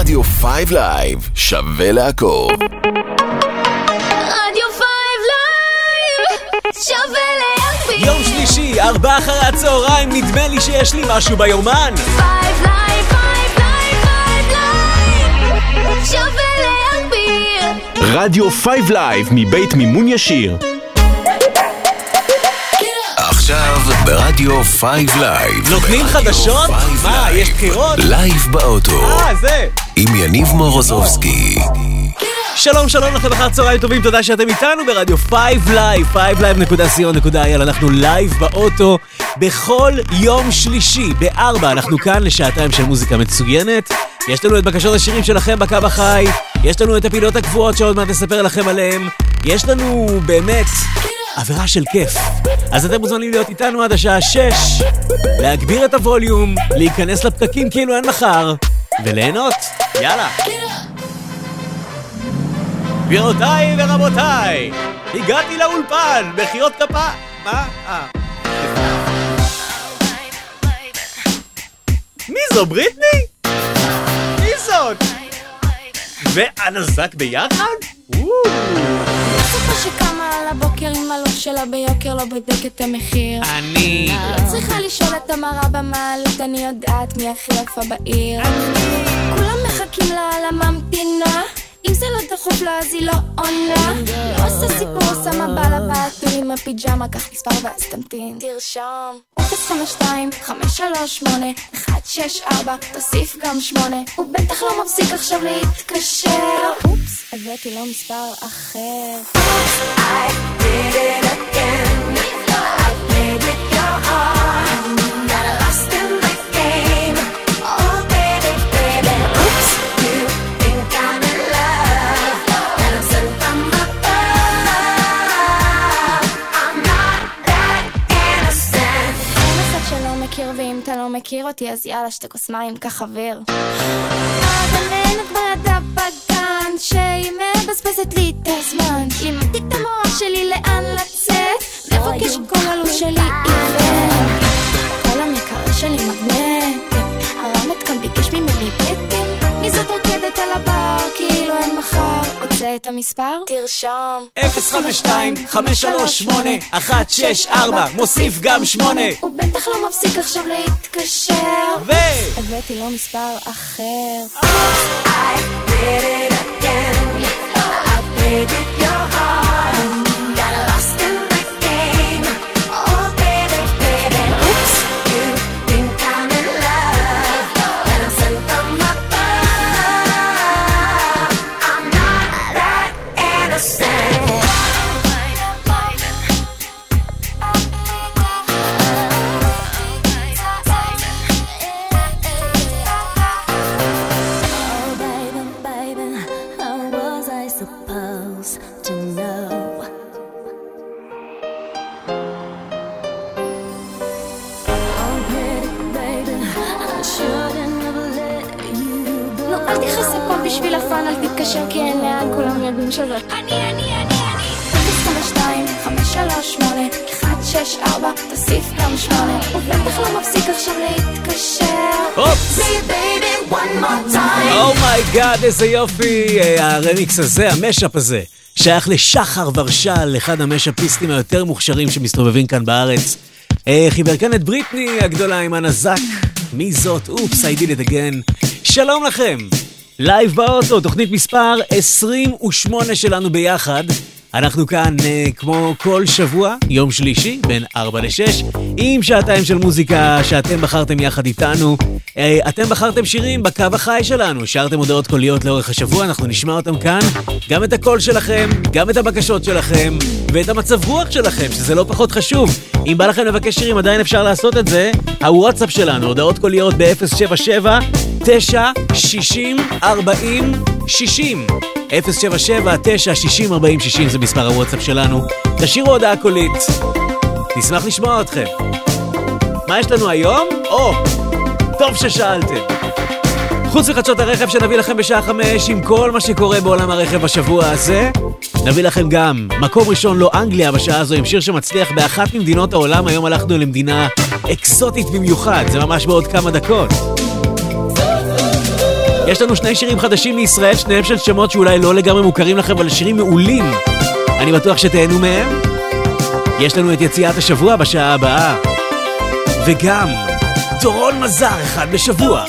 רדיו 5 לייב, שווה לעקוב. רדיו 5 לייב, שווה להקביל. יום שלישי, 4 אחרי הצהריים, נדמה לי שיש לי משהו ביומן. 5 לייב, 5 לייב, 5 לייב, שווה להקביל. רדיו 5 לייב מבית מימון ישיר. עכשיו ברדיו 5 לייב. נותנים חדשות? מה, יש בחירות? לייב באוטו. זה. עם יניב מורוזובסקי. שלום לכם, אחר צהריים טובים, תודה שאתם איתנו ברדיו 5 לייב, 5live.co.il. אנחנו לייב באוטו בכל יום שלישי ב-4, אנחנו כאן לשעתיים של מוזיקה מצוינת. יש לנו את בקשות השירים שלכם בקו החי, יש לנו את הפינות הקבועות שעוד מעט נספר לכם עליהם, יש לנו באמת עבירה של כיף. אז אתם מוזמנים להיות איתנו עד השעה 6, להגביר את הווליום, להיכנס לפקקים כאילו אין מחר, וליהנות. יאללה. גבירותיי ורבותיי, הגעתי לאולפן, מחיאות כפה. מה? מי זו, בריטני? מי זאת? ואנזק ביחד? סופה שקמה על הבוקר עם הלוך שלה ביוקר, לא בודק את המחיר. אני לא צריכה לשאול את המראה במעלית, אני יודעת מי הכי יפה בעיר. כולם מחכים לה על הממתינה, אם זה לא דחוף לה אז היא לא עונה. לא עושה סיפור, עושה מבא לבאת, הוא עם הפיג'מה, קח מספר ואז תמתין. תרשום 052-538-164, תוסיף גם 8. הוא בטח לא מפסיק עכשיו להתקשר. אופס, הבאתי לו מספר אחר. I did it again, I played with your heart, got lost in the game. Oh baby, baby, oops, you think I'm in love, and I'm sent from above. I'm not that innocent. אין אחד שלא מכיר, ואם אתה לא מכיר אותי אז יאללה שתי כוס מים כחבר. הגננת בידה בגן שהיא מבזבזת לי את הזמן, לימדתי את המוח שלי לאן לצאת, מבקש כל הלו"ז שלי עיוור. כל המקרה שלי מגנט, הרמת כאן ביקש ממני פטים, מי זאת רוקדת על הבר כאילו אין מחר. רוצה את המספר? תרשום 052-538-164, מוסיף גם 8. הוא בטח לא מפסיק עכשיו להתקשר, הבאתי לו מספר אחר. I did it again, I played with your heart, got lost in the game. Oh baby, baby, oops, you think I'm in love, and I'm sent from above. I'm not that innocent. בשביל הפן אל תתקשר כי אין לאן, כולם יודעים שזה אני 052-538-164, תוסיף גם 8. הוא בטח לא מפסיק עכשיו להתקשר. baby one more time. אומייגאד, איזה יופי. הרמיקס הזה, המשאפ הזה, שייך לשחר ורשל, אחד המשאפיסטים היותר מוכשרים שמסתובבים כאן בארץ. חיבר כאן את בריטני הגדולה עם הנזק. מי זאת? אופס, I did it again. שלום לכם, לייב באוטו, תוכנית מספר 28 שלנו ביחד. אנחנו כאן כמו כל שבוע, יום שלישי, בין 4 ל-6, עם שעתיים של מוזיקה שאתם בחרתם יחד איתנו. אתם בחרתם שירים בקו החי שלנו, שרתם הודעות קוליות לאורך השבוע, אנחנו נשמע אותם כאן. גם את הקול שלכם, גם את הבקשות שלכם, ואת המצב רוח שלכם, שזה לא פחות חשוב. אם בא לכם לבקש שירים, עדיין אפשר לעשות את זה. הוואטסאפ שלנו, הודעות קוליות ב-077-960-4060. 077-960-4060 זה מספר הוואטסאפ שלנו. תשאירו הודעה קולית, נשמח לשמוע אתכם. מה יש לנו היום? טוב ששאלתם. חוץ מחדשות הרכב שנביא לכם בשעה 5 עם כל מה שקורה בעולם הרכב בשבוע הזה, נביא לכם גם מקום ראשון לא אנגליה בשעה הזו עם שיר שמצליח באחת ממדינות העולם. היום הלכנו למדינה אקסוטית במיוחד, זה ממש בעוד כמה דקות. יש לנו 2 שירים חדשים מישראל, שניהם של שמות שאולי לא לגמרי מוכרים לכם, אבל שירים מעולים. אני בטוח שתהנו מהם. יש לנו את יציאת השבוע בשעה הבאה, וגם דורון מזר אחד בשבוע.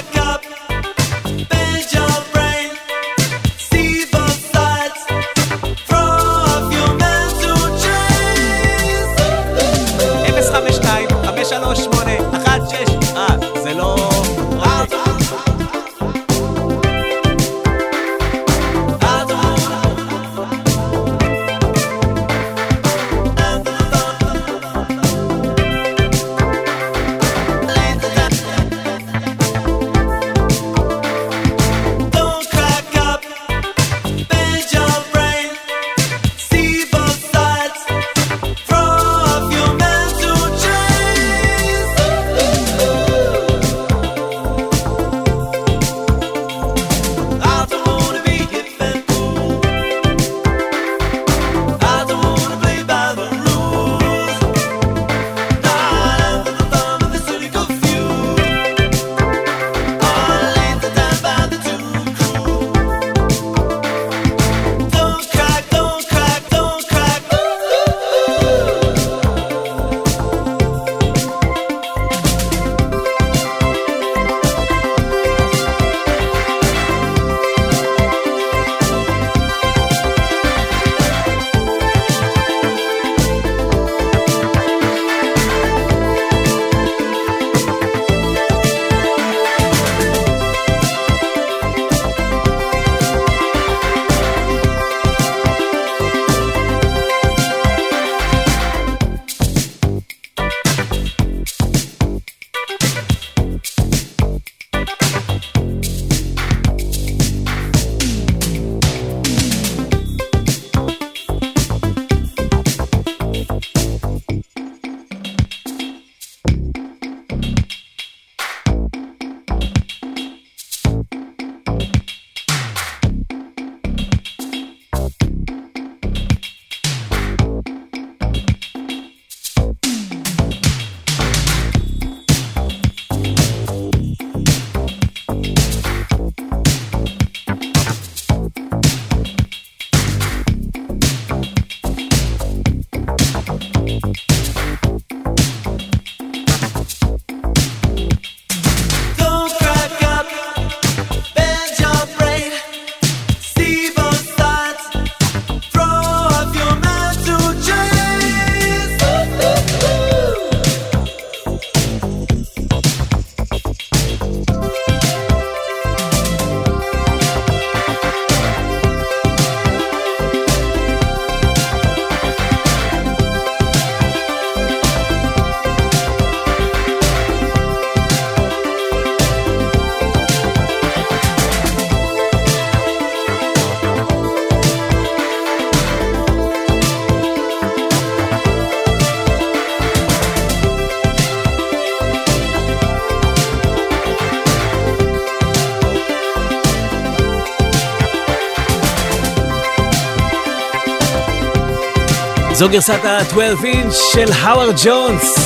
זו גרסת ה-12 אינץ' של האוורד ג'ונס,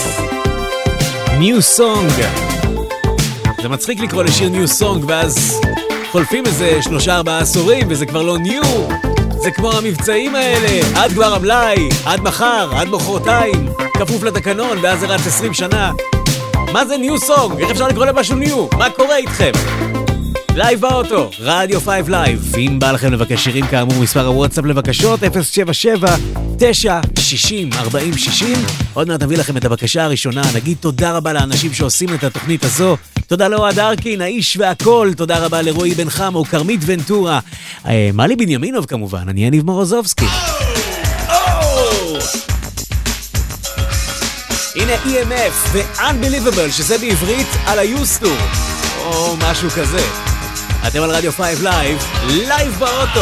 ניו סונג. זה מצחיק לקרוא לשיר ניו סונג ואז חולפים איזה 3-4 עשורים וזה כבר לא ניו. זה כמו המבצעים האלה, עד כבר המלאי, עד מחר, עד מחרתיים, כפוף לתקנון ואז זה רץ 20 שנה. מה זה ניו סונג? איך אפשר לקרוא למשהו ניו? מה קורה איתכם? לייב באוטו, רדיו 5 לייב. אם בא לכם לבקש שירים כאמור, מספר הוואטסאפ לבקשות 077-960-4060. עוד מעט נביא לכם את הבקשה הראשונה. נגיד תודה רבה לאנשים שעושים את התוכנית הזו. תודה לאוהד ארקין, האיש והכל. תודה רבה לרועי בן חמו, קרמית ונטורה, מלי בנימינוב כמובן. אני יניב מורוזובסקי. הנה EMF ו-Unbelievable, שזה בעברית על היוסטור או משהו כזה. אתם על רדיו 5 לייב, לייב באוטו.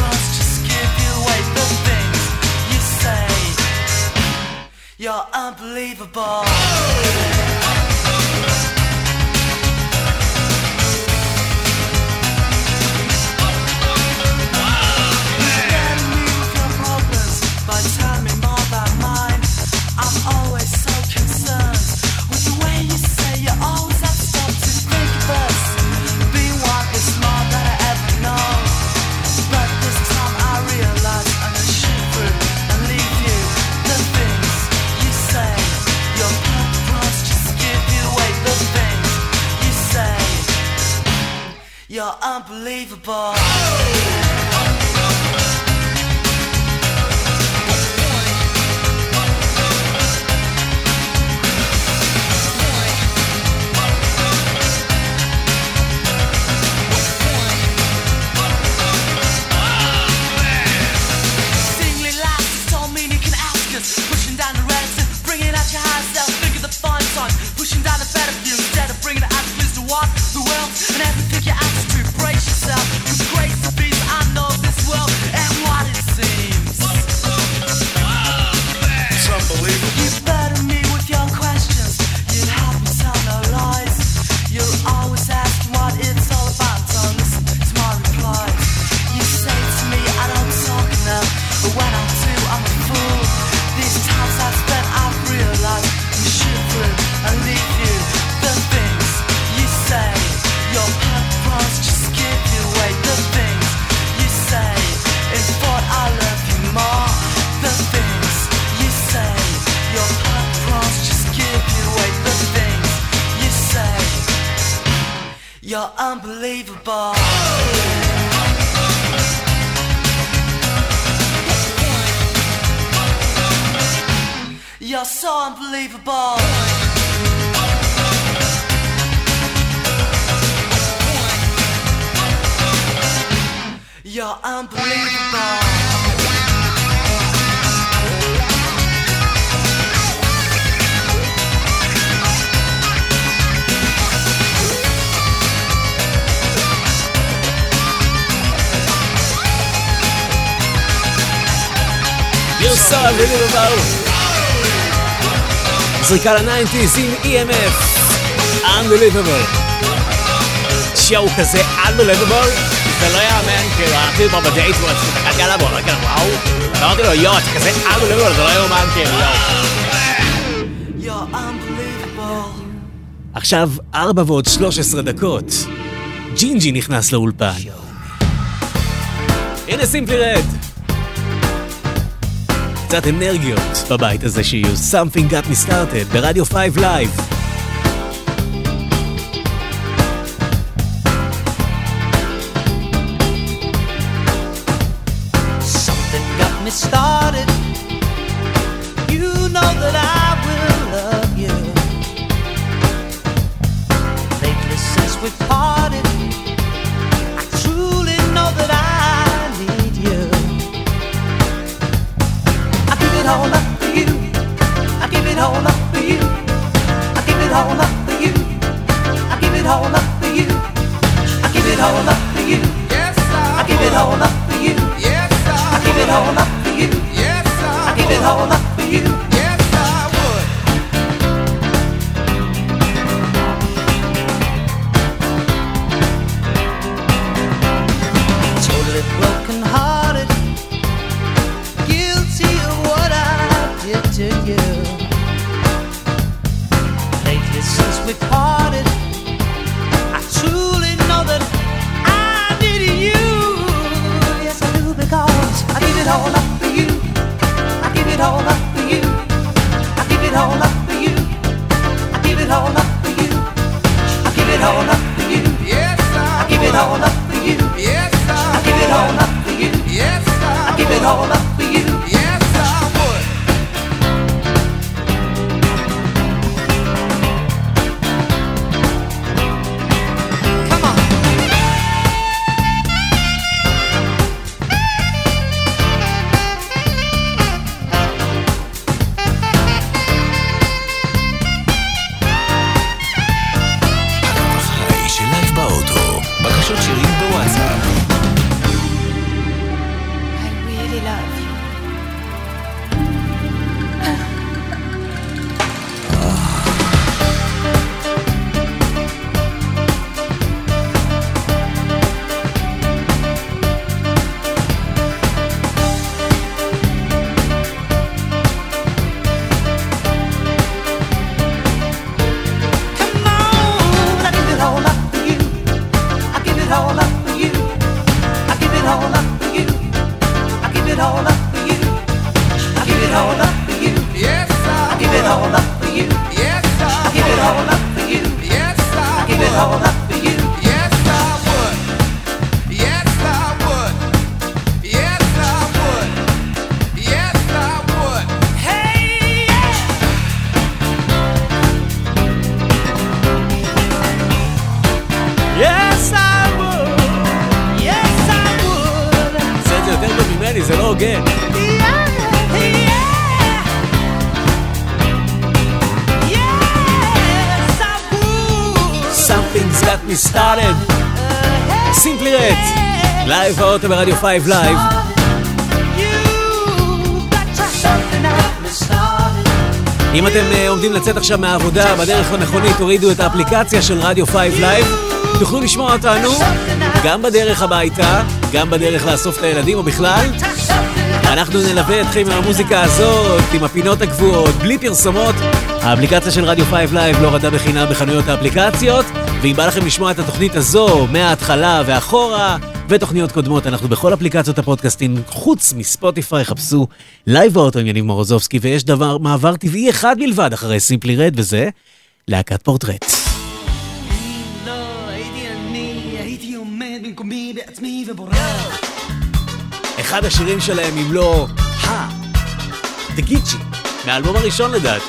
You're unbelievable. unbelievable. You're unbelievable. You're unbelievable. You're so unbelievable. You're unbelievable. You're so unbelievable. זריקה ל-90s עם EMF. Unbelievable. שואו כזה unbelievable. זה לא יאמן, כאילו, הלכתי פה בדייט בו, הסתכלתי עליו, הוא אומר, וואו. אמרתי לו, יו, אתה כזה unbelievable, זה לא יאמן, כאילו, יו. עכשיו 4:13. ג'ינג'י נכנס לאולפן. הנה סימפלי רד. קצת אנרגיות בבית הזה שיהיו. Something got me started ברדיו 5 Live. Something got me started. You know that I will love you. Lately since we parted, I truly know that I need you. I give it all up for you. I give it all up for you. I give it all up for you. I give it all up for you. I give it all up for you. Yes, I give it all up for you. Yes, I give it all up for you. Yes, I give it all up for you. Yes, I would. Totally broken hearted, guilty of what I did to you. Lately since we parted, I truly know that I הוגן. Something's got me started. סימפלי רד, לייב באוטו ברדיו 5 לייב. אם אתם עומדים לצאת עכשיו מהעבודה בדרך הנכונית, תורידו את האפליקציה של רדיו 5 לייב, תוכלו לשמוע אותנו גם בדרך הביתה, גם בדרך לאסוף את הילדים או בכלל. אנחנו נלווה אתכם עם המוזיקה הזאת, עם הפינות הקבועות, בלי פרסומות. האפליקציה של רדיו 5 לייב לא רדה בחינם בחנויות האפליקציות, ואם בא לכם לשמוע את התוכנית הזו מההתחלה ואחורה ותוכניות קודמות, אנחנו בכל אפליקציות הפודקאסטים חוץ מספוטיפיי, חפשו לייב באוטו עם יניב מורוזובסקי, ויש מעבר טבעי אחד מלבד אחרי סימפלי רד, וזה להקת פורטרט. לא הייתי אני, הייתי עומד במקומי בעצמי ובורח. אחד השירים שלהם אם לא דגיצ'י, מהאלבום הראשון לדעתי.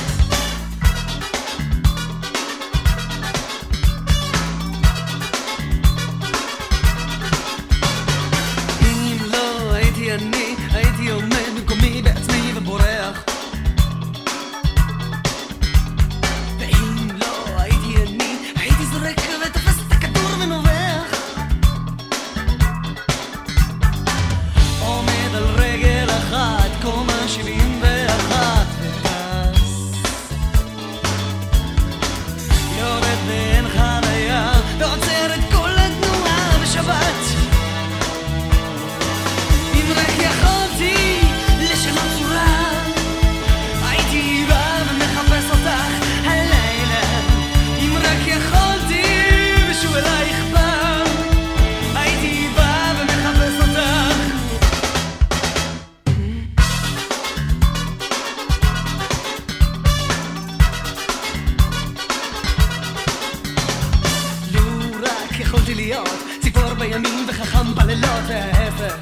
אם לא הייתי אני, הייתי עומד במקומי בעצמי ובורח. ואם לא הייתי אני, הייתי זורק ותופס את הכדור ונובח. עומד על רגל אחת, קומה 71 וטס. יורד ואין חניה, ועוצר את כל התנועה בשבת. אם רק יכולתי לשנות צורה, הייתי בא ומחפש אותך הלילה. אם רק יכולתי ושוב אלייך בא, הייתי בא ומחפש אותך. לו רק יכולתי להיות ציפור בימים וחכם בלילות, ההפך.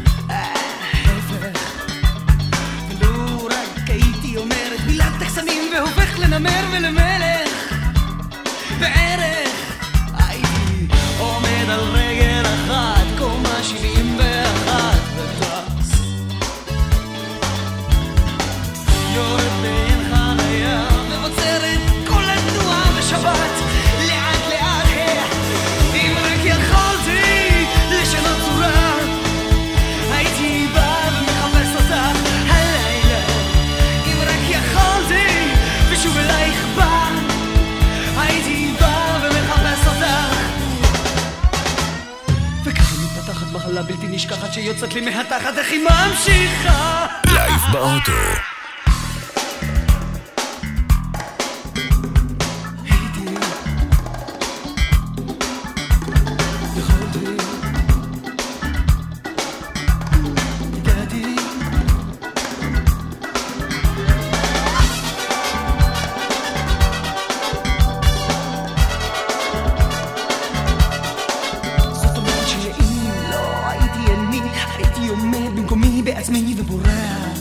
ולו רק הייתי אומרת מילת תקסמים והופך לנמר ולמלך בערך, הייתי עומד על רגל אחת, קומה 71 וטס. יורד ואין חניה, ועוצר את כל התנועה בשבת. לאט לאט, אם רק יכולתי לשנות צורה, הייתי בא ומחפש אותך הלילה. אם רק יכולתי ושוב אלייך בא, הייתי בא ומחפש אותך. וככה מתפתחת מחלה בלתי נשכחת שיוצאת לי מהתחת, איך היא ממשיכה. לייב באוטו. הייתי, יכולתי, ידעתי. זאת אומרת שאם לא הייתי אני, הייתי עומד במקומי בעצמי ובורח.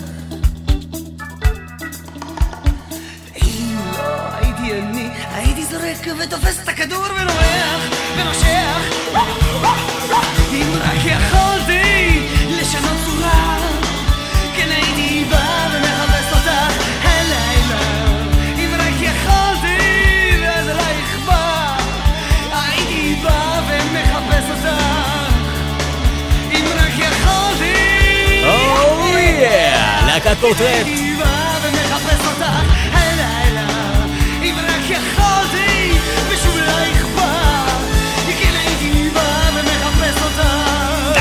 אם לא הייתי אני, הייתי זורק ותופס את הכדור ונורח ונושך. אם רק יכולתי לשנות צורה, כן הייתי בא ומחפש אותך הלילה. אם רק יכולתי ואז אלייך בא, הייתי בא ומחפש אותך. אם רק יכולתי, להקת פורטרט. הייתי בא ומחפש אותך הלילה. אם רק יכולתי ושוב אלייך בא, כן הייתי בא ומחפש אותך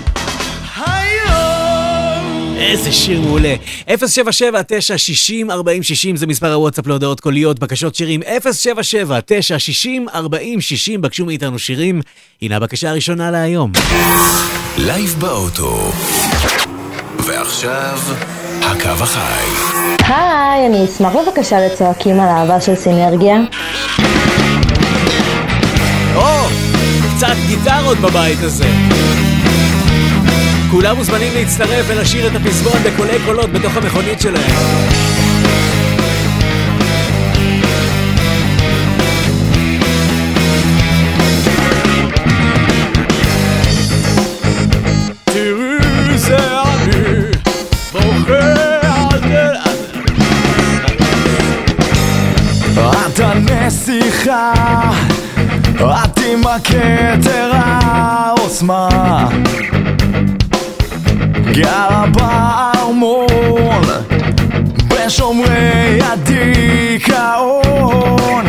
היום. איזה שיר מעולה. 077-960-4060 זה מספר הוואטסאפ להודעות קוליות, בקשות שירים 077-960-4060. בקשו מאיתנו שירים. הנה הבקשה הראשונה להיום. לייב באוטו. ועכשיו, הקו החי. היי, אני אשמח בבקשה לצועקים על האהבה של סינרגיה. קצת גיטרות בבית הזה. כולם מוזמנים להצטרף ולשיר את הפזמון בקולי קולות בתוך המכונית שלהם. תראו זה את הנסיכה, את עם הכתר העוצמה, גרה בארמון בשומרי הדיכאון,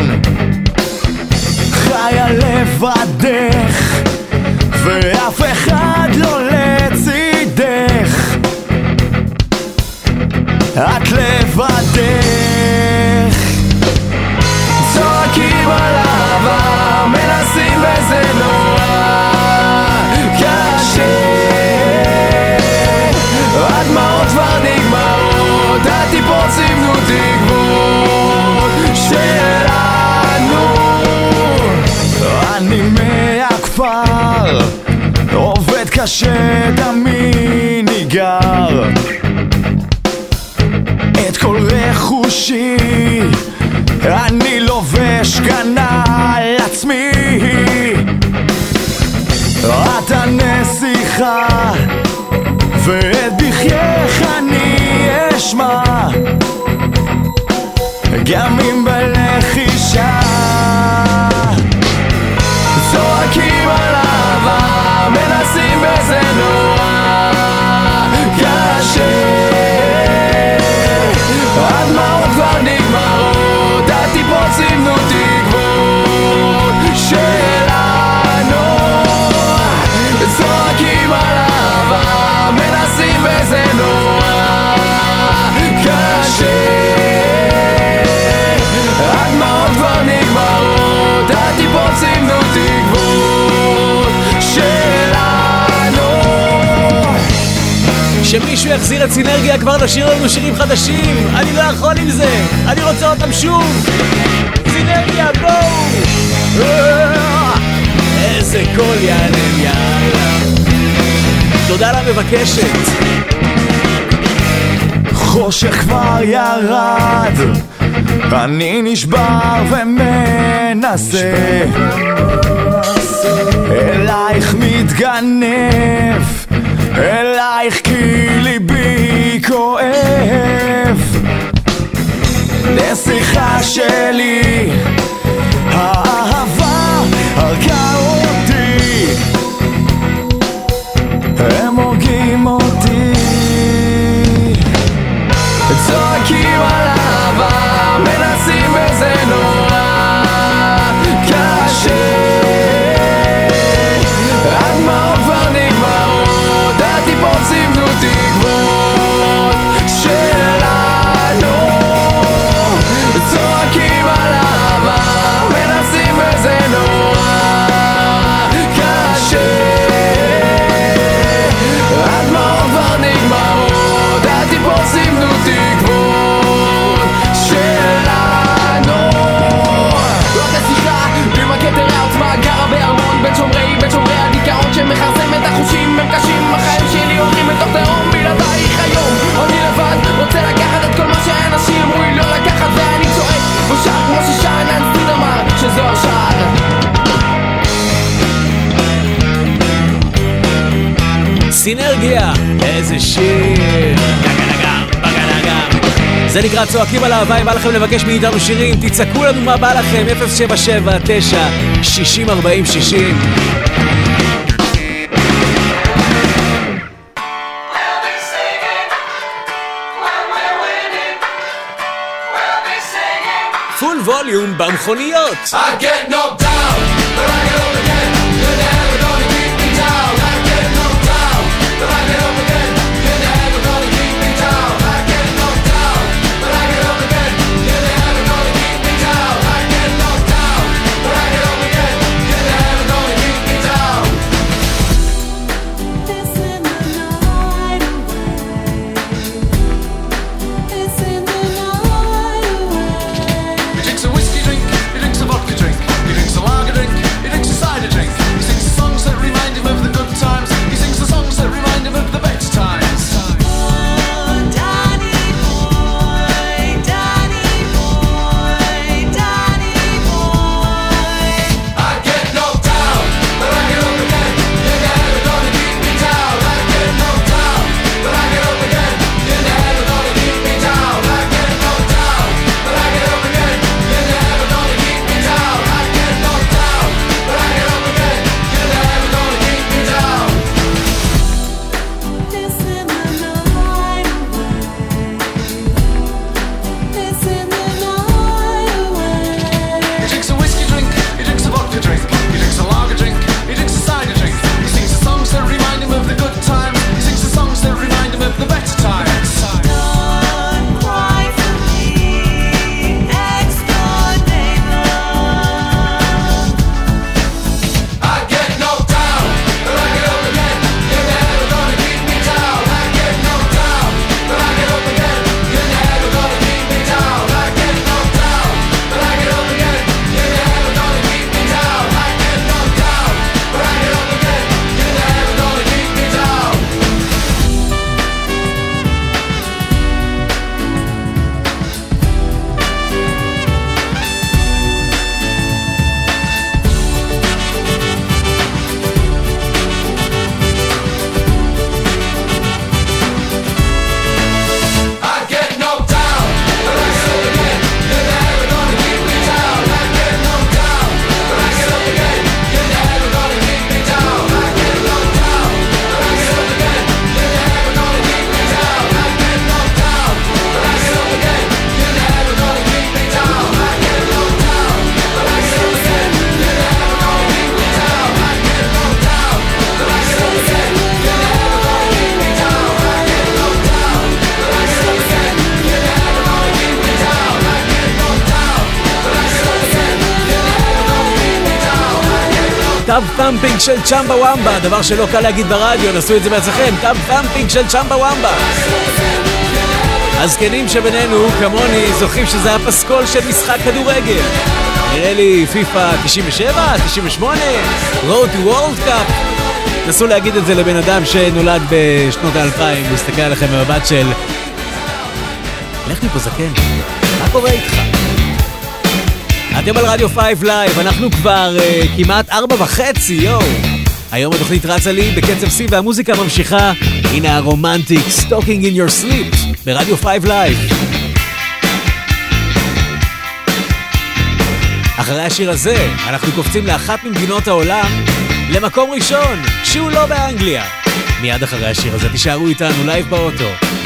חיה לבדך ואף אחד לא לצידך, את לבדך. צועקים על אהבה, מנסים וזה נורא קשה, הדמעות כבר נגמרות, הטיפות סימנו תקוות שלנו. אני מהכפר, עובד קשה, דמי ניגר, את כל רכושי אני לובש גנה על עצמי, את הנסיכה ואת בחייך אני אשמע, גם אם בלחישה. צועקים על אהבה, מנסים וזה נורא קשה, הדמעות כבר נגמרות, הטיפות סימנו תקוות שלנו. צועקים על אהבה, מנסים וזה נורא קשה, הדמעות כבר נגמרות, הטיפות סימנו תקוות שלנו. שמישהו יחזיר את סינרגיה כבר לשיר לנו שירים חדשים, אני לא יכול עם זה, אני רוצה אותם שוב. סינרגיה בואו, איזה קול יעלם יאללה. תודה למבקשת. חושך כבר ירד, אני נשבר ומנסה, אלייך מתגנב, אלייך כי ליבי כואב. נסיכה שלי, האהבה הרגה אותי, הם הורגים אותי. צועקים על אהבה, מנסים וזה נורא קשה, הדמעות כבר נגמרות, הטיפות סימנו תקוות שלנו. צועקים על אהבה, מנסים וזה נורא קשה, הדמעות כבר נגמרות, הטיפות סימנו תקוות שלנו. עוד השיחה עם הכתר העוצמה, גרה בארמון בין שומרי הדיכאון שמחרסם את החושים, הם קשים, החיים שלי הולכים בתוך תהום בלעדייך היום. אני לבד רוצה לקחת את כל מה שהאנשים אמרו לי לא לקחת, ואני צועק ושר כמו ששענן סטיד אמר שזו השער. סינרגיה, איזה שיר. זה נקרא צועקים על אהבה. אם בא לכם לבקש מאיתנו שירים, תצעקו לנו מה בא לכם, 077-9-60-40-60. פול ווליום במכוניות. I get knocked down, but I get up again. You're never gonna keep me down. I get knocked down, but I get up again. You're never gonna keep me down. I get knocked down, but I get up again. You're never gonna keep me down. I get knocked down, but I get up again. You're never gonna keep me down. It's in the night away. It's in the night away. He drinks a whiskey drink, he drinks a vodka drink, he drinks a lager drink, he drinks a cider drink. טאב טאמפינג של צ'מבה וומבה, דבר שלא קל להגיד ברדיו, נסו את זה בעצמכם, טאב טאמפינג של צ'מבה וומבה. הזקנים שבינינו, כמוני, זוכרים שזה היה פסקול של משחק כדורגל. נראה לי פיפה 97, 98, Road to World Cup. נסו להגיד את זה לבן אדם שנולד בשנות ה-2000, להסתכל עליכם במבט של לך מפה זקן, מה קורה איתך? אתם על רדיו 5 לייב, אנחנו כבר כמעט 4:30, יו. היום התוכנית רצה לי בקצב C והמוזיקה ממשיכה. הנה הרומנטיק, Stalking in your sleep, ברדיו 5 לייב. אחרי השיר הזה, אנחנו קופצים לאחת ממדינות העולם, למקום ראשון, שהוא לא באנגליה. מיד אחרי השיר הזה תישארו איתנו לייב באוטו.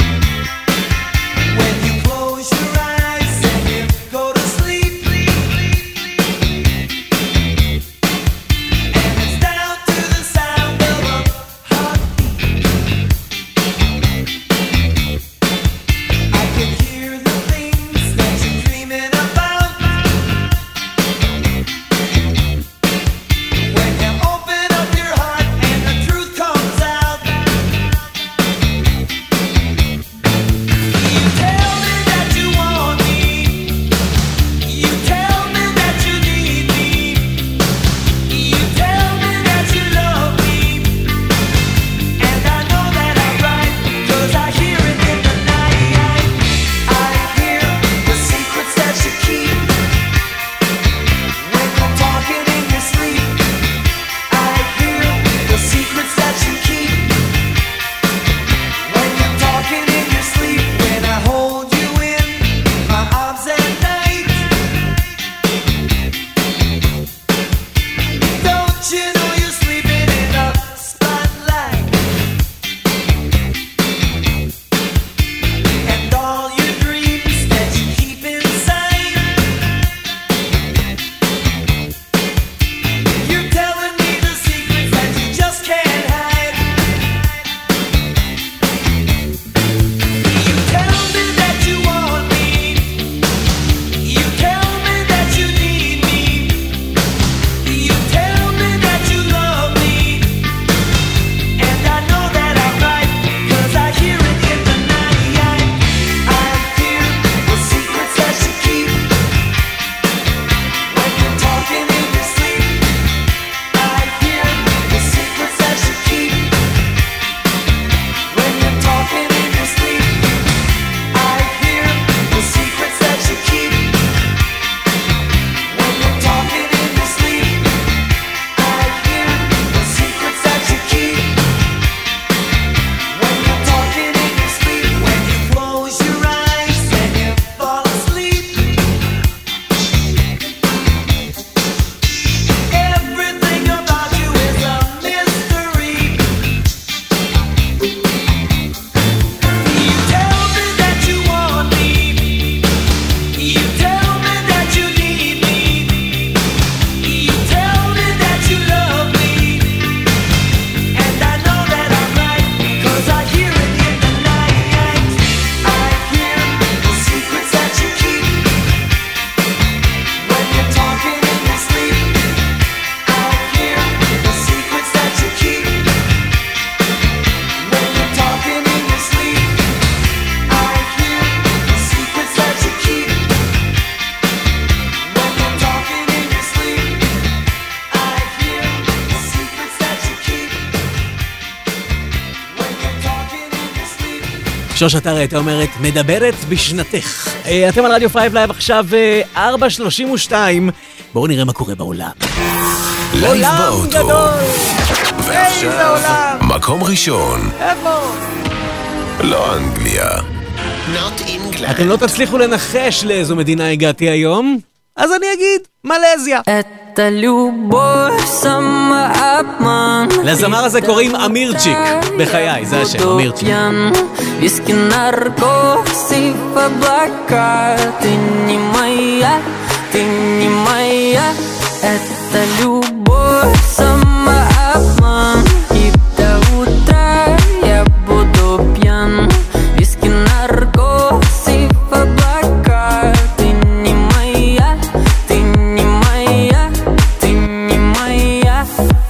שוש אתר הייתה אומרת, מדברת בשנתך. אתם על רדיו 5 לייב עכשיו 4:32. בואו נראה מה קורה בעולם. לייב באוטו. גדול. ועכשיו, מקום ראשון. איפה? לא אנגליה. אתם לא תצליחו לנחש לאיזו מדינה הגעתי היום? אז אני אגיד, מלזיה. לזמר הזה קוראים אמירצ'יק. בחיי, זה השם, אמירצ'יק. Виски, наркосы в облака. Ты не моя, ты не моя. Это любовь, самообман. И до утра я буду пьян. Виски, наркосы в облака. Ты не моя, ты не моя, ты не моя.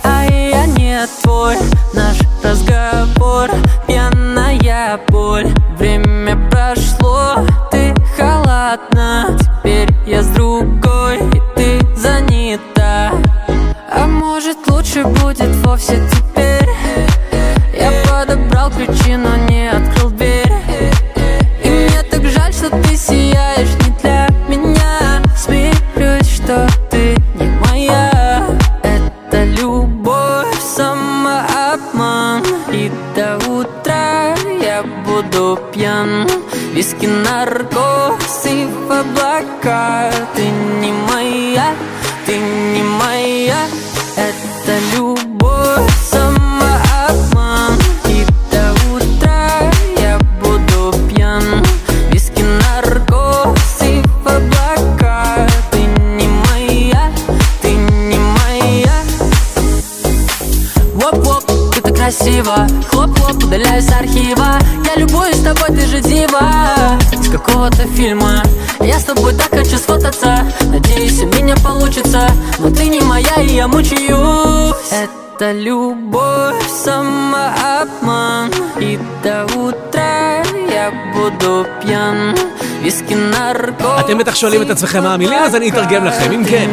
другой, и ты занята. А может лучше будет вовсе теперь. Я подобрал ключи, но не открыл дверь. И мне так жаль, что ты сияешь не для меня. Смирюсь, что ты не моя. Это любовь, самообман. И до утра я буду пьян. Виски, наркоз и в облака. Ты не моя, ты не моя. Это любовь, самообман. И до утра я буду пьян. Виски, наркоз и в облака. Ты не моя, ты не моя. Воп-воп, ты так красиво. Хлоп-хлоп, удаляюсь с архива. Я любуюсь тобой, ты же дива. С какого-то фильма. Я с тобой так хочу сфотаться. Надеюсь, у меня получится. Но ты не моя, и я мучаюсь. Это любовь, самообман. И до утра я буду пьян. Виски, наркоз. אתם בטח שואלים את עצמכם מה המילים, אז אני אתרגם לכם, אם כן.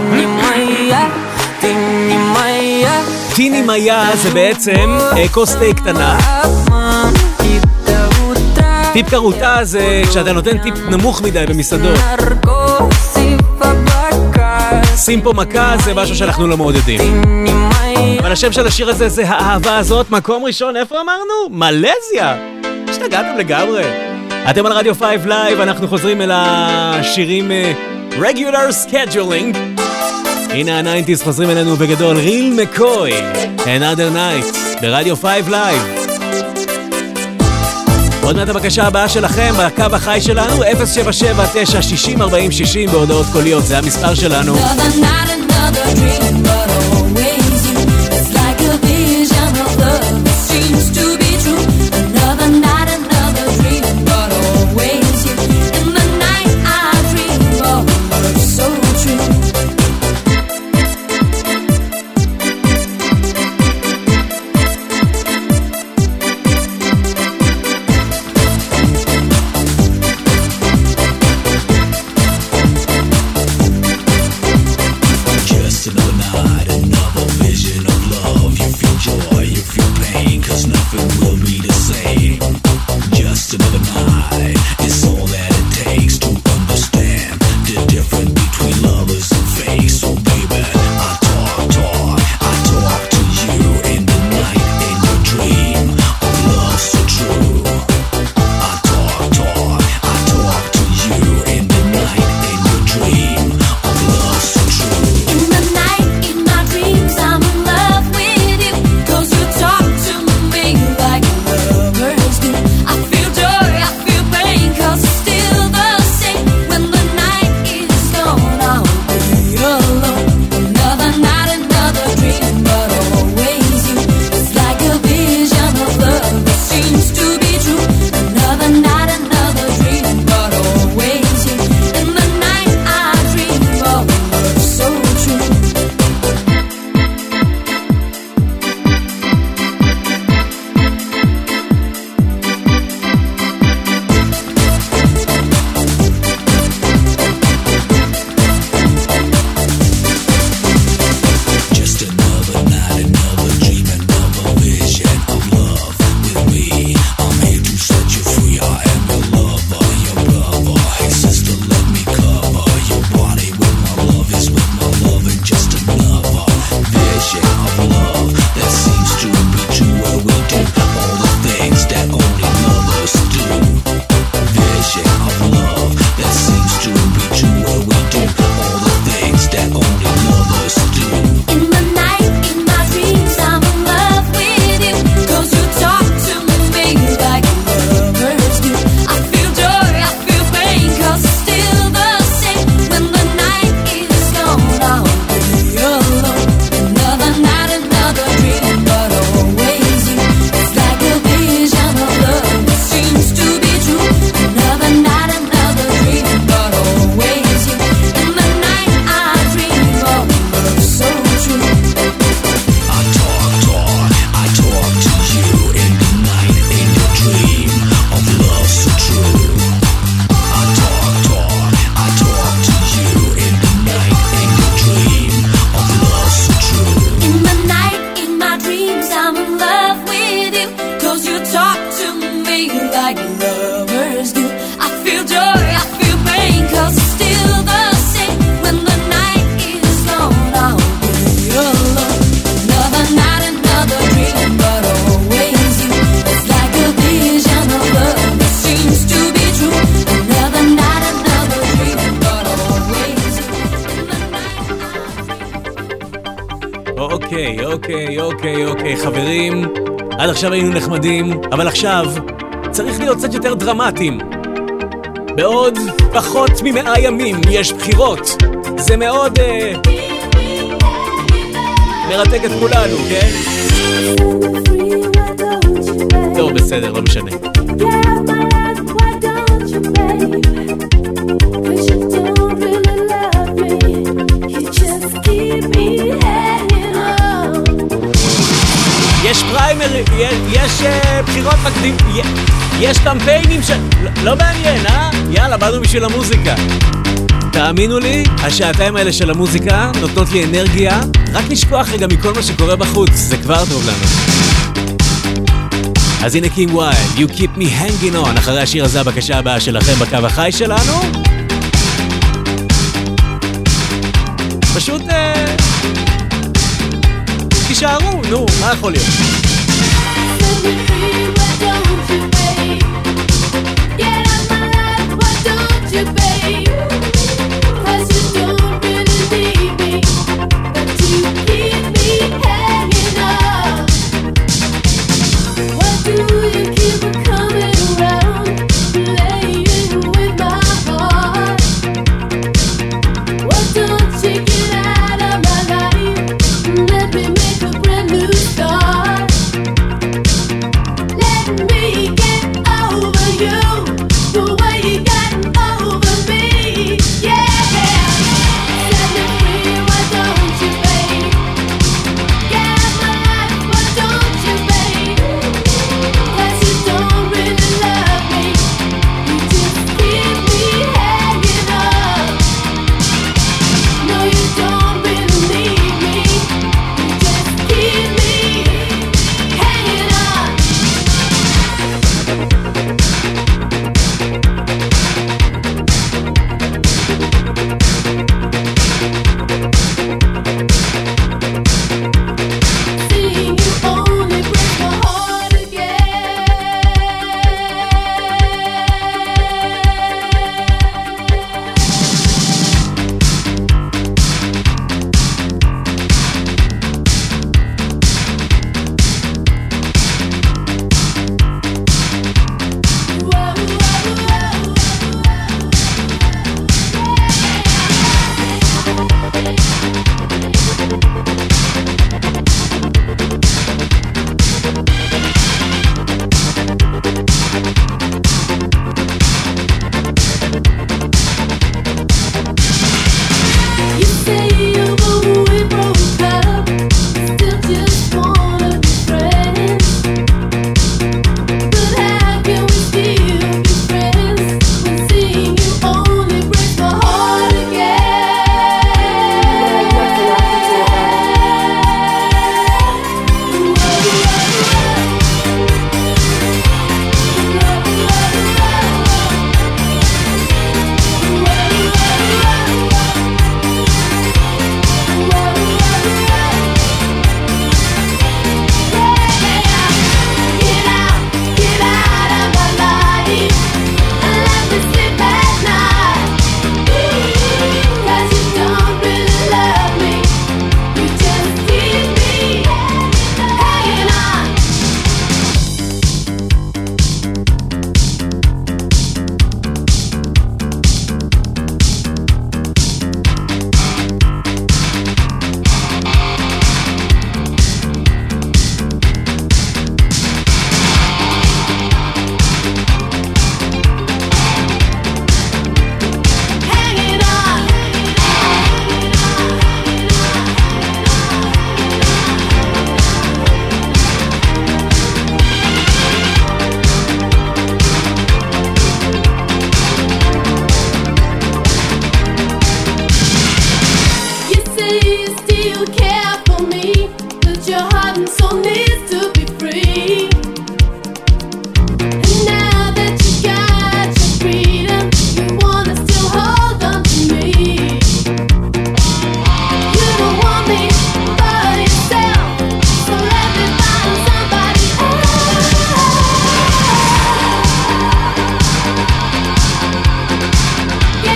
טיני מאיה זה בעצם כוס תה קטנה. טיפ קרוטה זה כשאתה נותן טיפ נמוך מדי במסעדות. שים פה מכה זה משהו שאנחנו לא מעודדים. אבל השם של השיר הזה זה האהבה הזאת. מקום ראשון, איפה אמרנו? מלזיה. השתגעתם לגמרי. אתם על רדיו 5 לייב, אנחנו חוזרים אל השירים Regular Scheduling. הנה ה-90s חוזרים אלינו בגדול. ריל מקוי, Another Night, ברדיו 5 לייב. עוד מעט הבקשה הבאה שלכם בקו החי שלנו 077-960-4060 בהודעות קוליות, זה המספר שלנו. Another night, another vision of love. You feel joy, you feel pain, 'cause nothing אוקיי, חברים, עד עכשיו היינו נחמדים, אבל עכשיו צריך להיות קצת יותר דרמטיים. בעוד פחות מ100 ימים יש בחירות. זה מאוד מרתק את כולנו, כן? טוב, בסדר, לא משנה. יש פריימרי, יש בחירות מקדים, יש קמפיינים לא מעניין, יאללה, באנו בשביל המוזיקה. תאמינו לי, השעתיים האלה של המוזיקה נותנות לי אנרגיה, רק נשכוח רגע מכל מה שקורה בחוץ, זה כבר טוב לנו. אז הנה קים ווילד, You Keep Me Hanging On, אחרי השיר הזה הבקשה הבאה שלכם בקו החי שלנו. פשוט תישארו, נו, מה יכול להיות?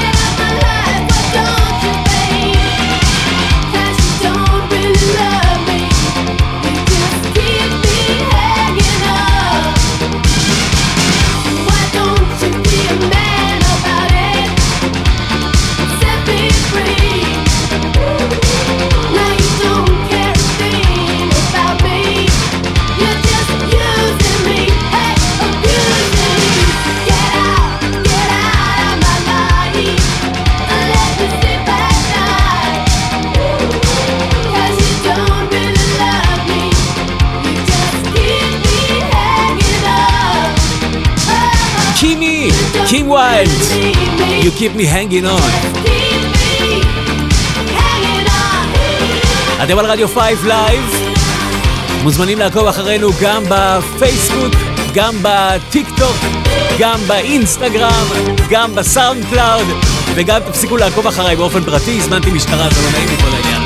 Love me. Wild, You Keep Me Hanging On. אתם על רדיו 5 Live, מוזמנים לעקוב אחרינו גם בפייסבוק, גם בטיק טוק, גם באינסטגרם, גם בסאונד קלאוד, וגם תפסיקו לעקוב אחריי באופן פרטי, הזמנתי משטרה, זה לא נעים לי כל העניין.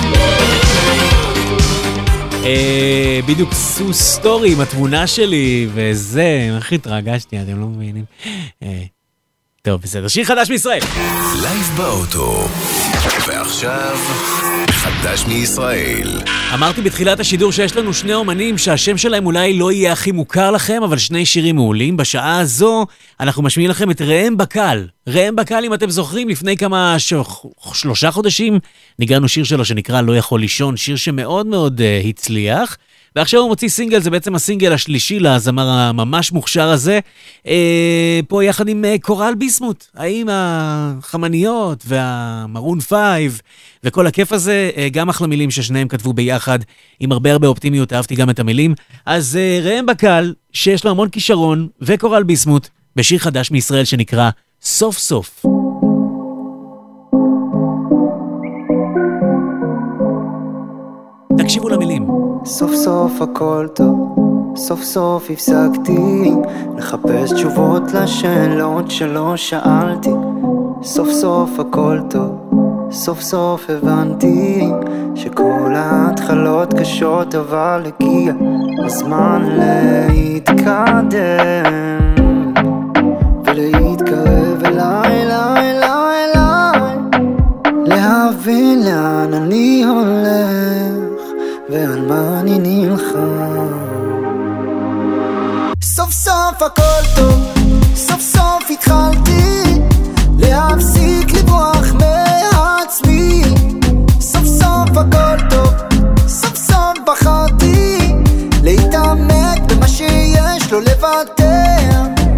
בדיוק עשו סטורי עם התמונה שלי, וזה, איך התרגשתי, אתם לא מבינים. טוב, בסדר, שיר חדש מישראל. לייב באוטו, ועכשיו חדש מישראל. אמרתי בתחילת השידור שיש לנו שני אומנים שהשם שלהם אולי לא יהיה הכי מוכר לכם, אבל שני שירים מעולים. בשעה הזו אנחנו משמיעים לכם את ראם בקל. ראם בקל, אם אתם זוכרים, לפני כמה 3 חודשים ניגענו שיר שלו שנקרא לא יכול לישון, שיר שמאוד מאוד הצליח. ועכשיו הוא מוציא סינגל, זה בעצם הסינגל השלישי לזמר הממש מוכשר הזה, פה יחד עם קורל ביסמוט, האם החמניות והמרון 5 וכל הכיף הזה, גם אחלה מילים ששניהם כתבו ביחד, עם הרבה אופטימיות, אהבתי גם את המילים. אז ראם בקל, שיש לו המון כישרון, וקורל ביסמוט, בשיר חדש מישראל שנקרא סוף סוף. תקשיבו למילים. סוף סוף הכל טוב, סוף סוף הפסקתי לחפש תשובות לשאלות שלא שאלתי. סוף סוף הכל טוב, סוף סוף הבנתי שכל ההתחלות קשות, אבל הגיע הזמן להתקדם ולהתקרב אליי, אליי, אליי, אליי, להבין לאן אני הולך ועל מה אני נלחם. סוף סוף הכל טוב, סוף סוף התחלתי להפסיק לברוח מעצמי. סוף סוף הכל טוב, סוף סוף בחרתי להתעמק במה שיש לו לוותר.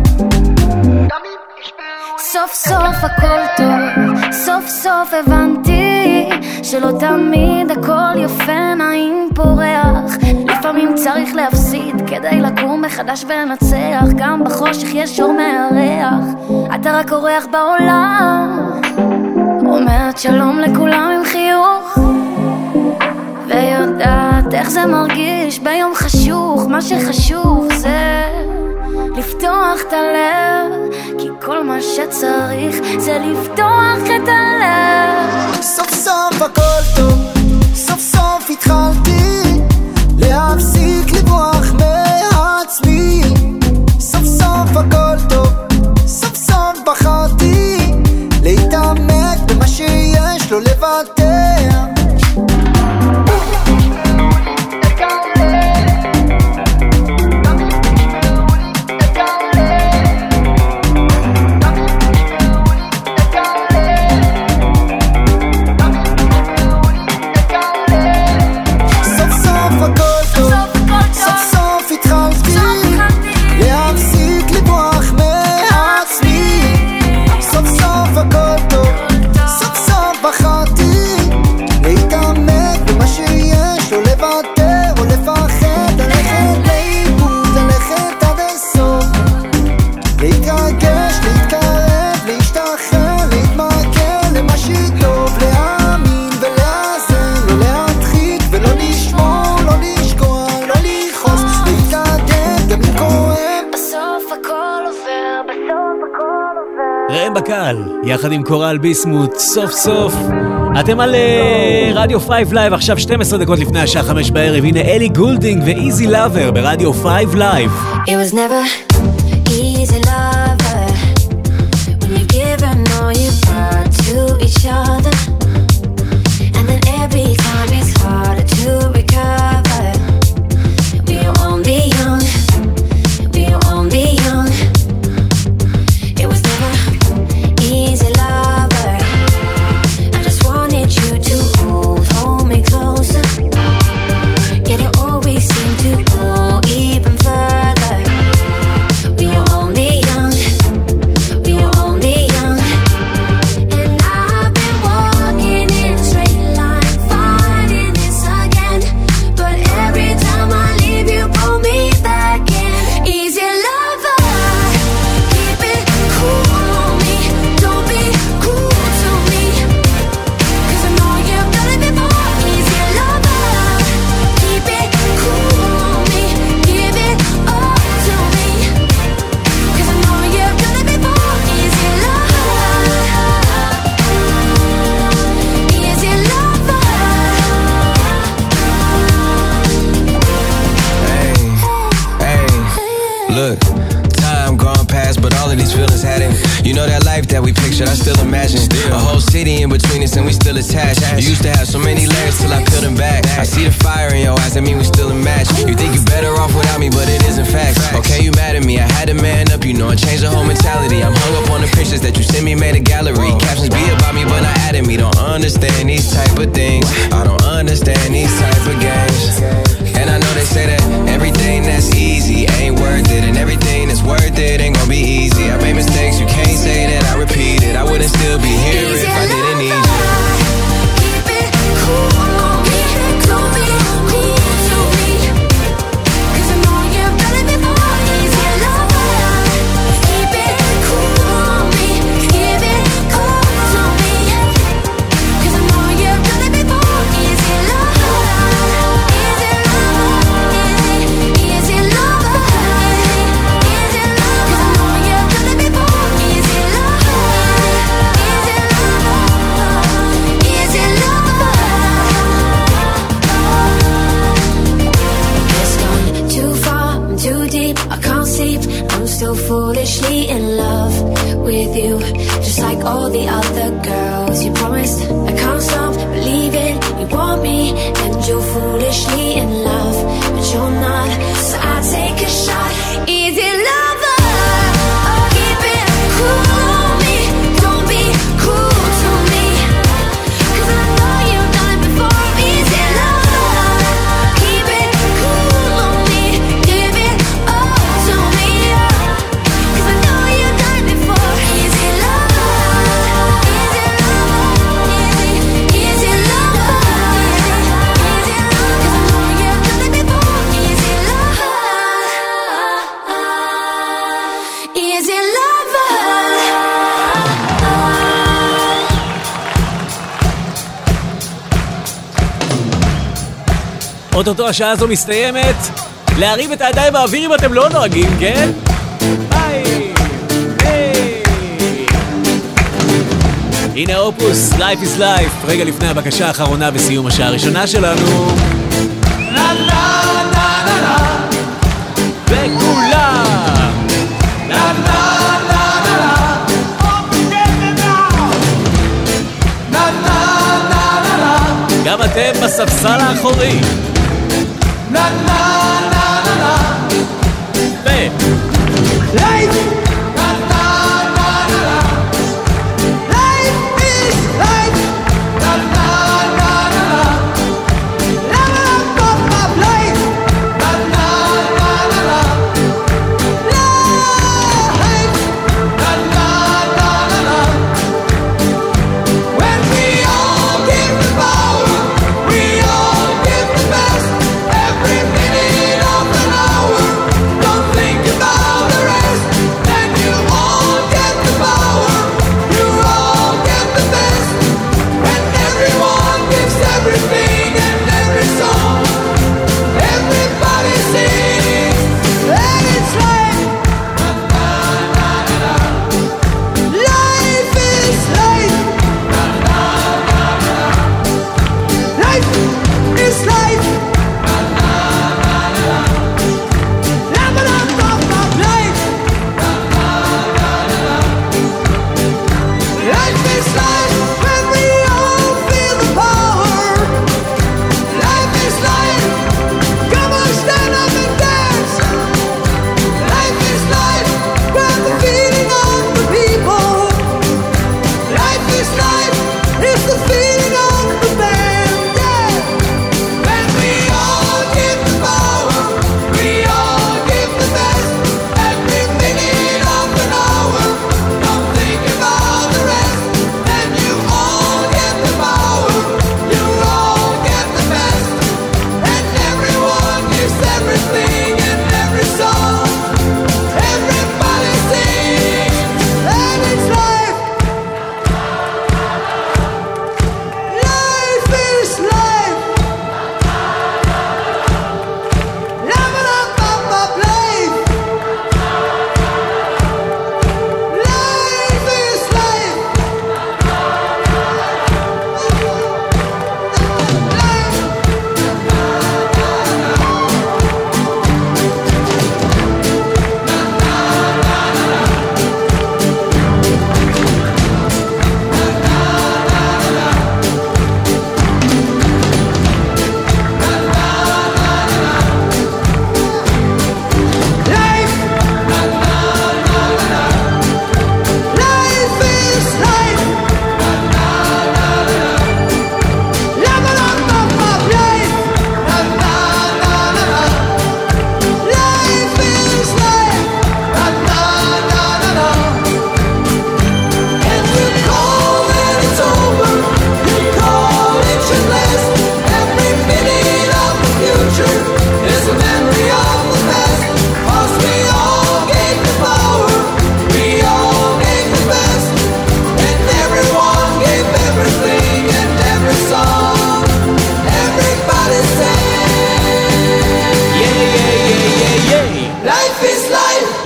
סוף סוף הכל טוב, סוף סוף הבנתי שלא תמיד הכל יפה נעים פורח. לפעמים צריך להפסיד כדי לקום מחדש ולנצח. גם בחושך יש אור מארח, אתה רק אורח בעולם. אומרת שלום לכולם עם חיוך, ויודעת איך זה מרגיש ביום חשוך. מה שחשוב זה לפתוח את הלב, כי כל מה שצריך זה לפתוח את הלב. סוף סוף הכל טוב, סוף סוף התחלתי להפסיק לברוח מעצמי. סוף סוף הכל טוב, סוף סוף בחרתי להתעמק במה שיש לו לוותר. בקל, יחד עם קורל ביסמוט, סוף סוף. אתם על רדיו 5 לייב, עכשיו 12 דקות לפני השעה 5 בערב. הנה אלי גולדינג ואיזי לאבר ברדיו 5 לייב. It was never easy lover when you give and all you brought to each other, and then every time it's harder to recover. We are only young, we are only young. It was never easy lover, I just wanted you to hold me closer, yet you always seem to go even further. We are only young, in between us and we still attached. You used to have so many layers till I peeled them back. I see the fire in your eyes, that mean we still a match. You think you better off without me, but it isn't fact. Okay, you mad at me, I had to man up, you know I changed the whole mentality. I'm hung up on the pictures that you sent me, made a gallery. Captions be about me, but not at me. Don't understand these type of things. I don't understand these type of games. And I know they say that everything that's easy ain't worth it, and everything that's worth it ain't gonna be easy. I made mistakes, you can't say that I repeat it. I wouldn't still be here if I didn't need you. Keep it cool on me, cool me, cool to me. 'Cause I know you've done it before. Easy lover. Keep it cool on me, keep it cool to me. 'Cause I know you've done it before. Easy lover, easy lover, easy lover, easy lover. 'Cause I know you've done it before. Easy lover, easy lover, easy lover. It's gone too far, I'm too deep, I can't sleep. I'm still foolishly in love with you, just like all the other girls. You promised I can't stop believing you want me, and you're foolishly in love, but you're not. So I take a shot. Easy lover, keep it cool on me, don't be cruel to me. 'Cause I know you've done it before. Easy lover, keep it cool on me, give it all to me. 'Cause I know you've done it before. Easy lover, easy lover, easy lover, easy lover. 'Cause I know you've done it before. Easy lover, easy lover. אוטוטו השעה הזו מסתיימת. להרים את הידיים באוויר אם אתם לא נוהגים, כן? היי! היי! הנה אופוס, Life is Life, רגע לפני הבקשה האחרונה וסיום השעה הראשונה שלנו. וכולם! גם אתם בספסל האחורי. Every minute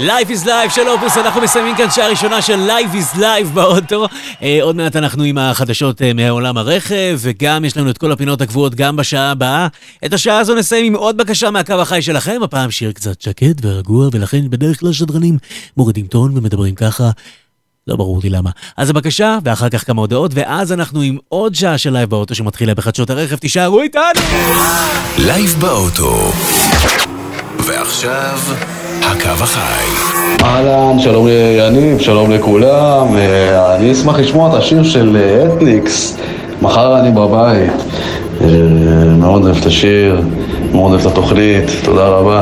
Life is Life של אופוס, אנחנו מסיימים כאן שעה ראשונה של Life is Life באוטו. עוד מעט אנחנו עם החדשות מהעולם הרכב, וגם יש לנו את כל הפינות הקבועות גם בשעה הבאה. את השעה הזו נסיים עם עוד בקשה מהקו החי שלכם, הפעם שיר קצת שקט ורגוע, ולכן בדרך כלל שדרנים מורידים טון ומדברים ככה. לא ברור לי למה. אז הבקשה, ואחר כך כמה הודעות, ואז אנחנו עם עוד שעה של לייב באוטו שמתחילה בחדשות הרכב. תישארו איתנו! לייב באוטו. ועכשיו, הקו החי. אהלן, שלום ליניב, שלום לכולם. אני אשמח לשמוע את השיר של אתניקס, מחר אני בבית. מאוד אוהב את השיר, מאוד אוהב את התוכנית, תודה רבה.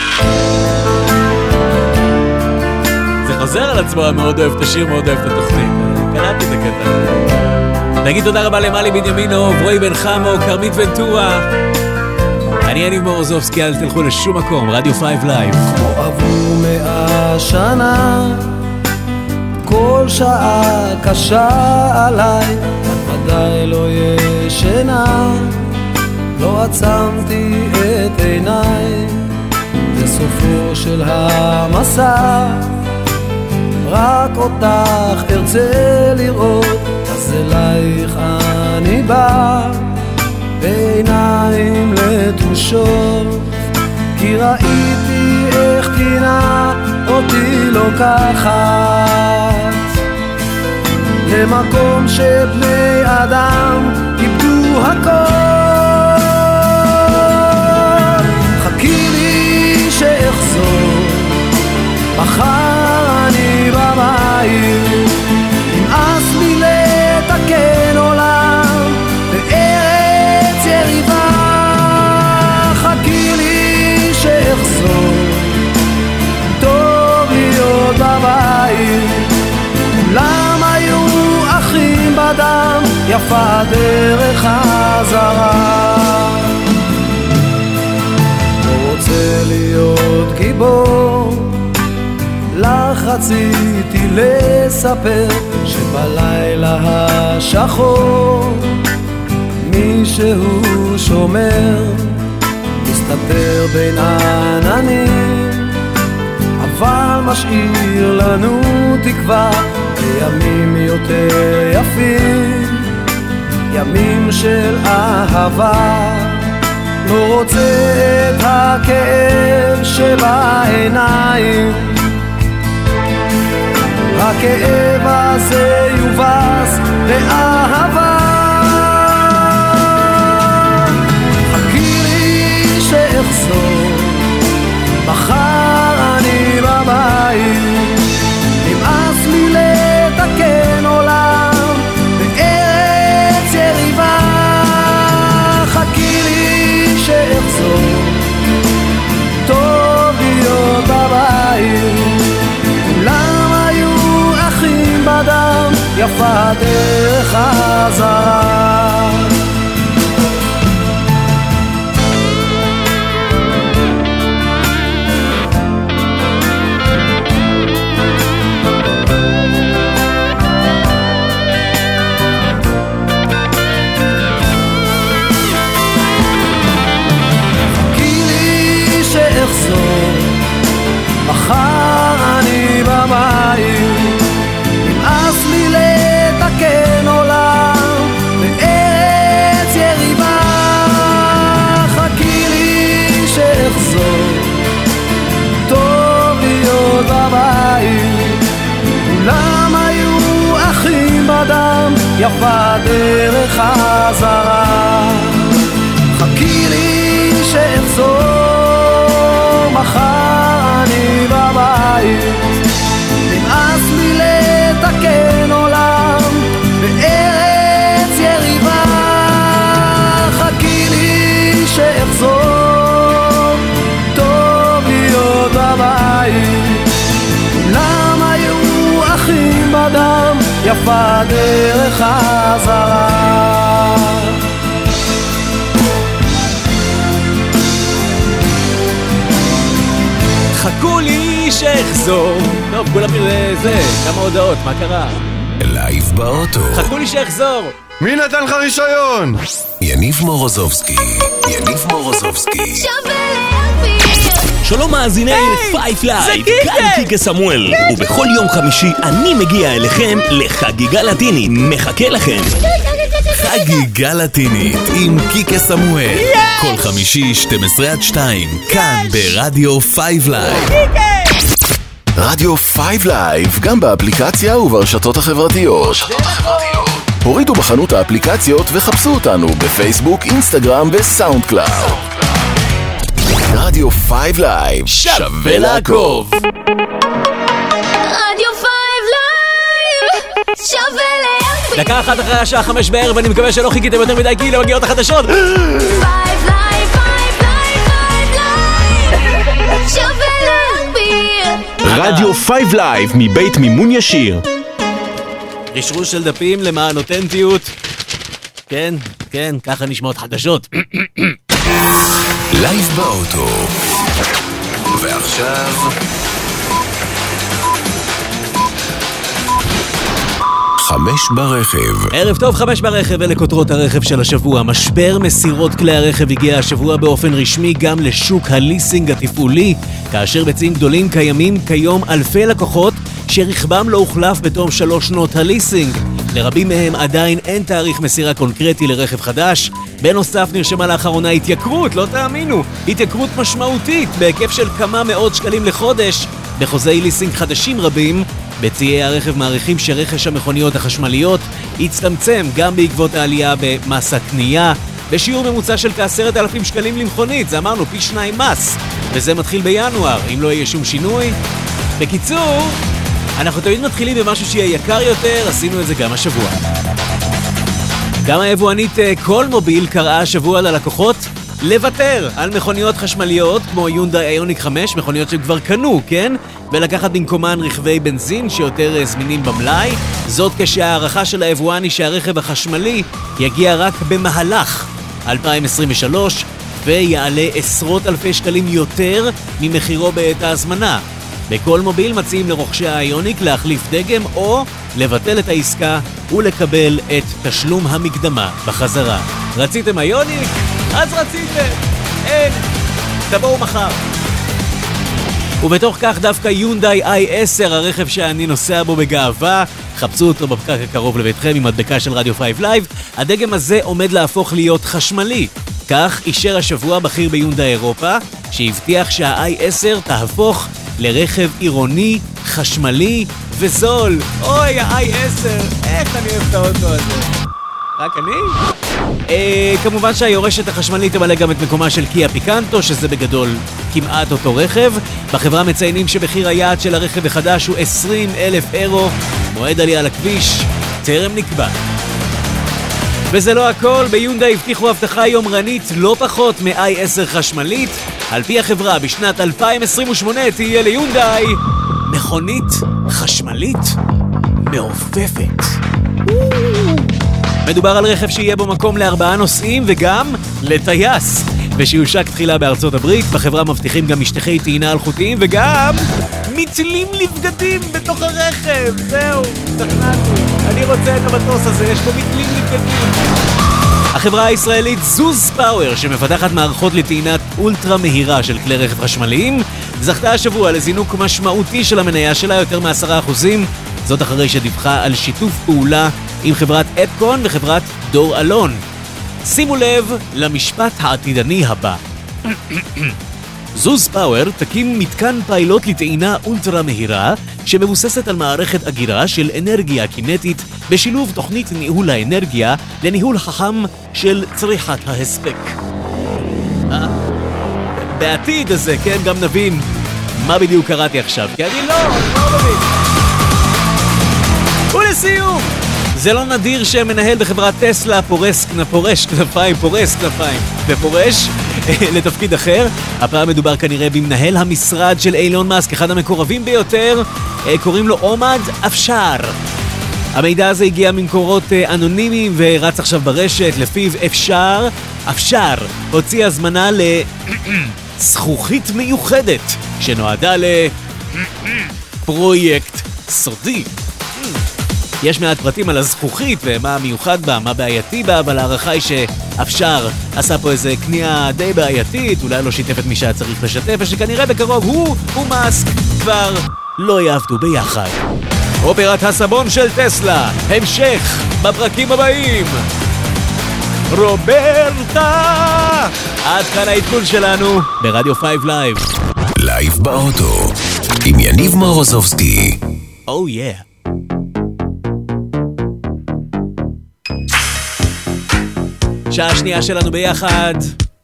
זה חוזר על עצמו, מאוד אוהב את השיר, מאוד אוהב את התוכנית. קלטתי את הקטע. נגיד תודה רבה למלי בנימינו, ברוי בן חמו, קרמית ונטורה. אני יניב מורוזובסקי, אל תלכו לשום מקום, רדיו 5 לייב. כמו עבור 100 שנה, כל שעה קשה עליי, את ודאי לא ישנה, לא עצמתי את עיניי, זה סופו של המסע, רק אותך ארצה לראות, אז אלייך אני בא, בעיניים לתושות, כי ראיתי איך קינה אותי לוקחת למקום שבני אדם איבדו הכל. חכי לי שאחזור, מחר אני בבית, נמאס לי לתקן עולם בארץ יריבה. חכי לי שאחזור, טוב להיות בבית, כולם היו אחים בדם, יפה דרך חזרה. לא רוצה להיות גיבור, לך רציתי לספר שבלילה השחור מישהו שומר, מסתתר בין עננים, אבל משאיר לנו תקווה לימים יותר יפים, ימים של אהבה. לא רוצה את הכאב שבעיניים, הכאב הזה יובס לאהבה. חכי לי שאחזור, מחר אני בבית, נמאס לי לתקן עולם בארץ יריבה. חכי לי שאחזור, טוב להיות בבית, כולם היו אחים בדם, יפה דרך חזרה. מחר אני בבית, נמאס לי לתקן עולם בארץ יריבה. חכי לי שאחזור, טוב להיות בבית, כולם היו אחים בדם, יפה דרך חזרה. חכי לי שאחזור, מחר אני בבית, נמאס לי לתקן עולם בארץ יריבה. חכי לי שאחזור, טוב להיות בבית, כולם היו אחים בדם, יפה דרך חזרה. חכו לי שאחזור. טוב, כולם זה, כמה הודעות, מה קרה? לייב באוטו. חכו לי שאחזור. מי נתן לך רישיון? יניב מורוזובסקי. יניב מורוזובסקי. שווה להבין שלום מאזיני פייב לייב, כאן קיקה סמואל, ובכל יום חמישי אני מגיע אליכם לחגיגה לטינית, מחכה לכם. חגיגה לטינית עם קיקה סמואל, כל חמישי 12-2, כאן ברדיו פייב לייב. רדיו פייב לייב, גם באפליקציה וברשתות החברתיות. הורידו בחנות האפליקציות וחפשו אותנו בפייסבוק, אינסטגרם וסאונד קלאוד. רדיו פייב לייב, שווה לעקוב. רדיו פייב לייב, שווה לעקוב. דקה אחת אחרי השעה 5 בערב, אני מקווה שלא חיכיתם יותר מדי כי לא מגיעות החדשות. פייב לייב, פייב לייב, פייב לייב, שווה להגביר. רדיו פייב לייב מבית מימון ישיר. רשרוש של דפים למען אותנטיות. כן, כן, ככה נשמעות חדשות. לייב באוטו. ועכשיו 5 ברכב. ערב טוב, 5 ברכב, אלה כותרות הרכב של השבוע. משבר מסירות כלי הרכב הגיע השבוע באופן רשמי גם לשוק הליסינג התפעולי, כאשר בצעים גדולים קיימים כיום אלפי לקוחות שרכבם לא הוחלף בתום 3 שנות הליסינג. לרבים מהם עדיין אין תאריך מסירה קונקרטי לרכב חדש. בנוסף נרשמה לאחרונה התייקרות, לא תאמינו, התייקרות משמעותית בהיקף של כמה מאות שקלים לחודש בחוזי ליסינג חדשים רבים. בציי הרכב מעריכים שרכש המכוניות החשמליות יצטמצם גם בעקבות העלייה במס הקנייה, בשיעור ממוצע של כ10,000 שקלים למכונית, זה אמרנו פי 2 מס, וזה מתחיל בינואר, אם לא יהיה שום שינוי. בקיצור, אנחנו תמיד מתחילים במשהו שיהיה יקר יותר, עשינו את זה גם השבוע. גם היבואנית כל מוביל קראה השבוע ללקוחות לוותר על מכוניות חשמליות כמו יונדאי איוניק 5, מכוניות שהם כבר קנו, כן? ולקחת במקומן רכבי בנזין שיותר זמינים במלאי. זאת כשהערכה של היבואן היא שהרכב החשמלי יגיע רק במהלך 2023 ויעלה עשרות אלפי שקלים יותר ממחירו בעת ההזמנה. בכל מוביל מציעים לרוכשי האיוניק להחליף דגם או לבטל את העסקה ולקבל את תשלום המקדמה בחזרה. רציתם איוניק? אז רציתם. אין. תבואו מחר. ובתוך כך דווקא יונדאי i10, הרכב שאני נוסע בו בגאווה, חפשו אותו בפקק הקרוב לביתכם עם מדבקה של רדיו פייב לייב. הדגם הזה עומד להפוך להיות חשמלי. כך אישר השבוע בכיר ביונדאי אירופה, שהבטיח שה-i10 תהפוך לרכב עירוני, חשמלי וזול. אוי, ה-i10, איך אני אוהב את האוטו הזה. רק אני? כמובן שהיורשת החשמלית תמלא גם את מקומה של קיה פיקנטו, שזה בגדול כמעט אותו רכב. בחברה מציינים שמחיר היעד של הרכב החדש הוא 20,000 אירו. מועד עלייה לכביש טרם נקבע. וזה לא הכל, ביונדאי הבטיחו הבטחה יומרנית לא פחות מ-i10 חשמלית. על פי החברה, בשנת 2028 תהיה ליונדאי מכונית חשמלית מעופפת. מדובר על רכב שיהיה בו מקום ל4 נוסעים וגם לטייס, ושיושק תחילה בארצות הברית. בחברה מבטיחים גם משטחי טעינה אלחוטיים וגם מתלים לבגדים בתוך הרכב. זהו, תכנעתי, אני רוצה את המטוס הזה, יש בו מתלים לבגדים. החברה הישראלית זוז פאוור, שמפתחת מערכות לטעינת אולטרה מהירה של כלי רכב חשמליים, זכתה השבוע לזינוק משמעותי של המניה שלה, יותר מ10%. זאת אחרי שדיווחה על שיתוף פעולה עם חברת אפקון וחברת דור אלון. שימו לב למשפט העתידני הבא. זוז פאוור תקים מתקן פיילוט לטעינה אולטרה מהירה שמבוססת על מערכת אגירה של אנרגיה קינטית בשילוב תוכנית ניהול האנרגיה לניהול חכם של צריכת ההספק. בעתיד הזה, כן, גם נבין מה בדיוק קראתי עכשיו, כי אני לא מבין. ולסיום, זה לא נדיר שמנהל בחברת טסלה פורס כנפיים ופורש לתפקיד אחר. הפעם מדובר כנראה במנהל המשרד של אילון מאסק, אחד המקורבים ביותר, קוראים לו עומד אפשר. המידע הזה הגיע ממקורות אנונימיים ורץ עכשיו ברשת, לפיו אפשר הוציא הזמנה לזכוכית מיוחדת שנועדה לפרויקט סודי. יש מעט פרטים על הזכוכית ומה מיוחד בה, מה בעייתי בה, אבל הערכה היא שאפשר עשה פה איזה קנייה די בעייתית, אולי לא שיתף את מי שהיה צריך לשתף, ושכנראה בקרוב הוא ומאסק כבר לא יעבדו ביחד. אופרת הסבון של טסלה, המשך בפרקים הבאים. רוברטה! עד כאן העדכון שלנו ברדיו 5 לייב. לייב באוטו עם יניב מורוזובסקי. Oh yeah. שעה שנייה שלנו ביחד.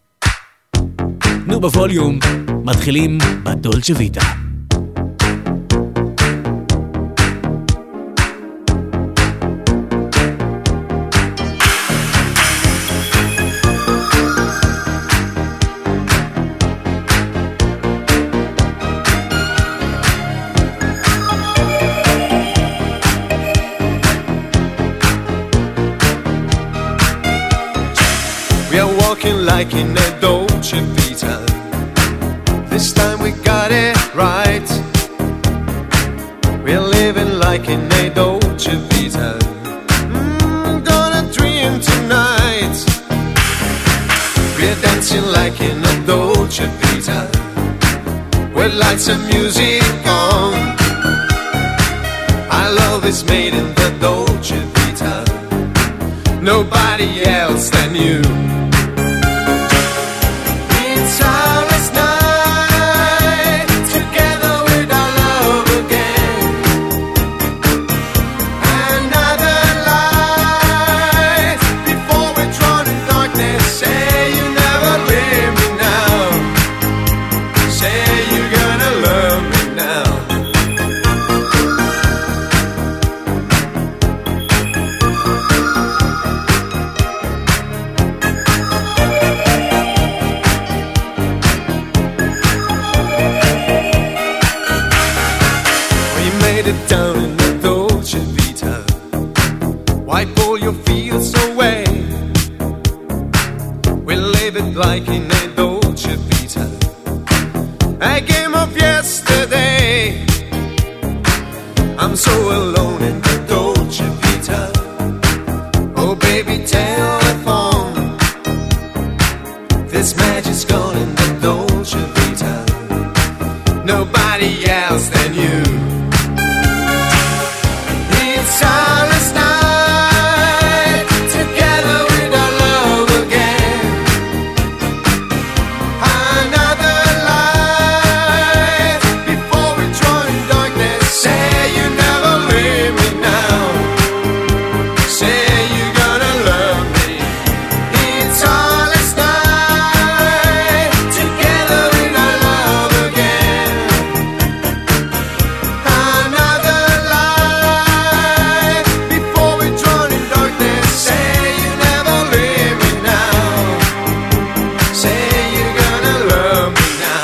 נו בווליום, מתחילים בדולצ'ה ויטה. Like in a Dolce Vita, this time we got it right. We're living like in a Dolce Vita, gonna dream tonight. We're dancing like in a Dolce Vita, with lights and music on. Our love is made in the Dolce Vita, nobody else than you. Like in a Dolce Vita, a game of yesterday. I'm so alone in the Dolce Vita. Oh baby, telephone, this magic's gone in the Dolce Vita, nobody else than you. It's our last night together with our love again. Another life before we drown in darkness. Say you never leave me now. Say you're gonna love me. It's our last night together with our love again. Another life before we drown in darkness. Say you never leave me now. Say you're gonna love me now.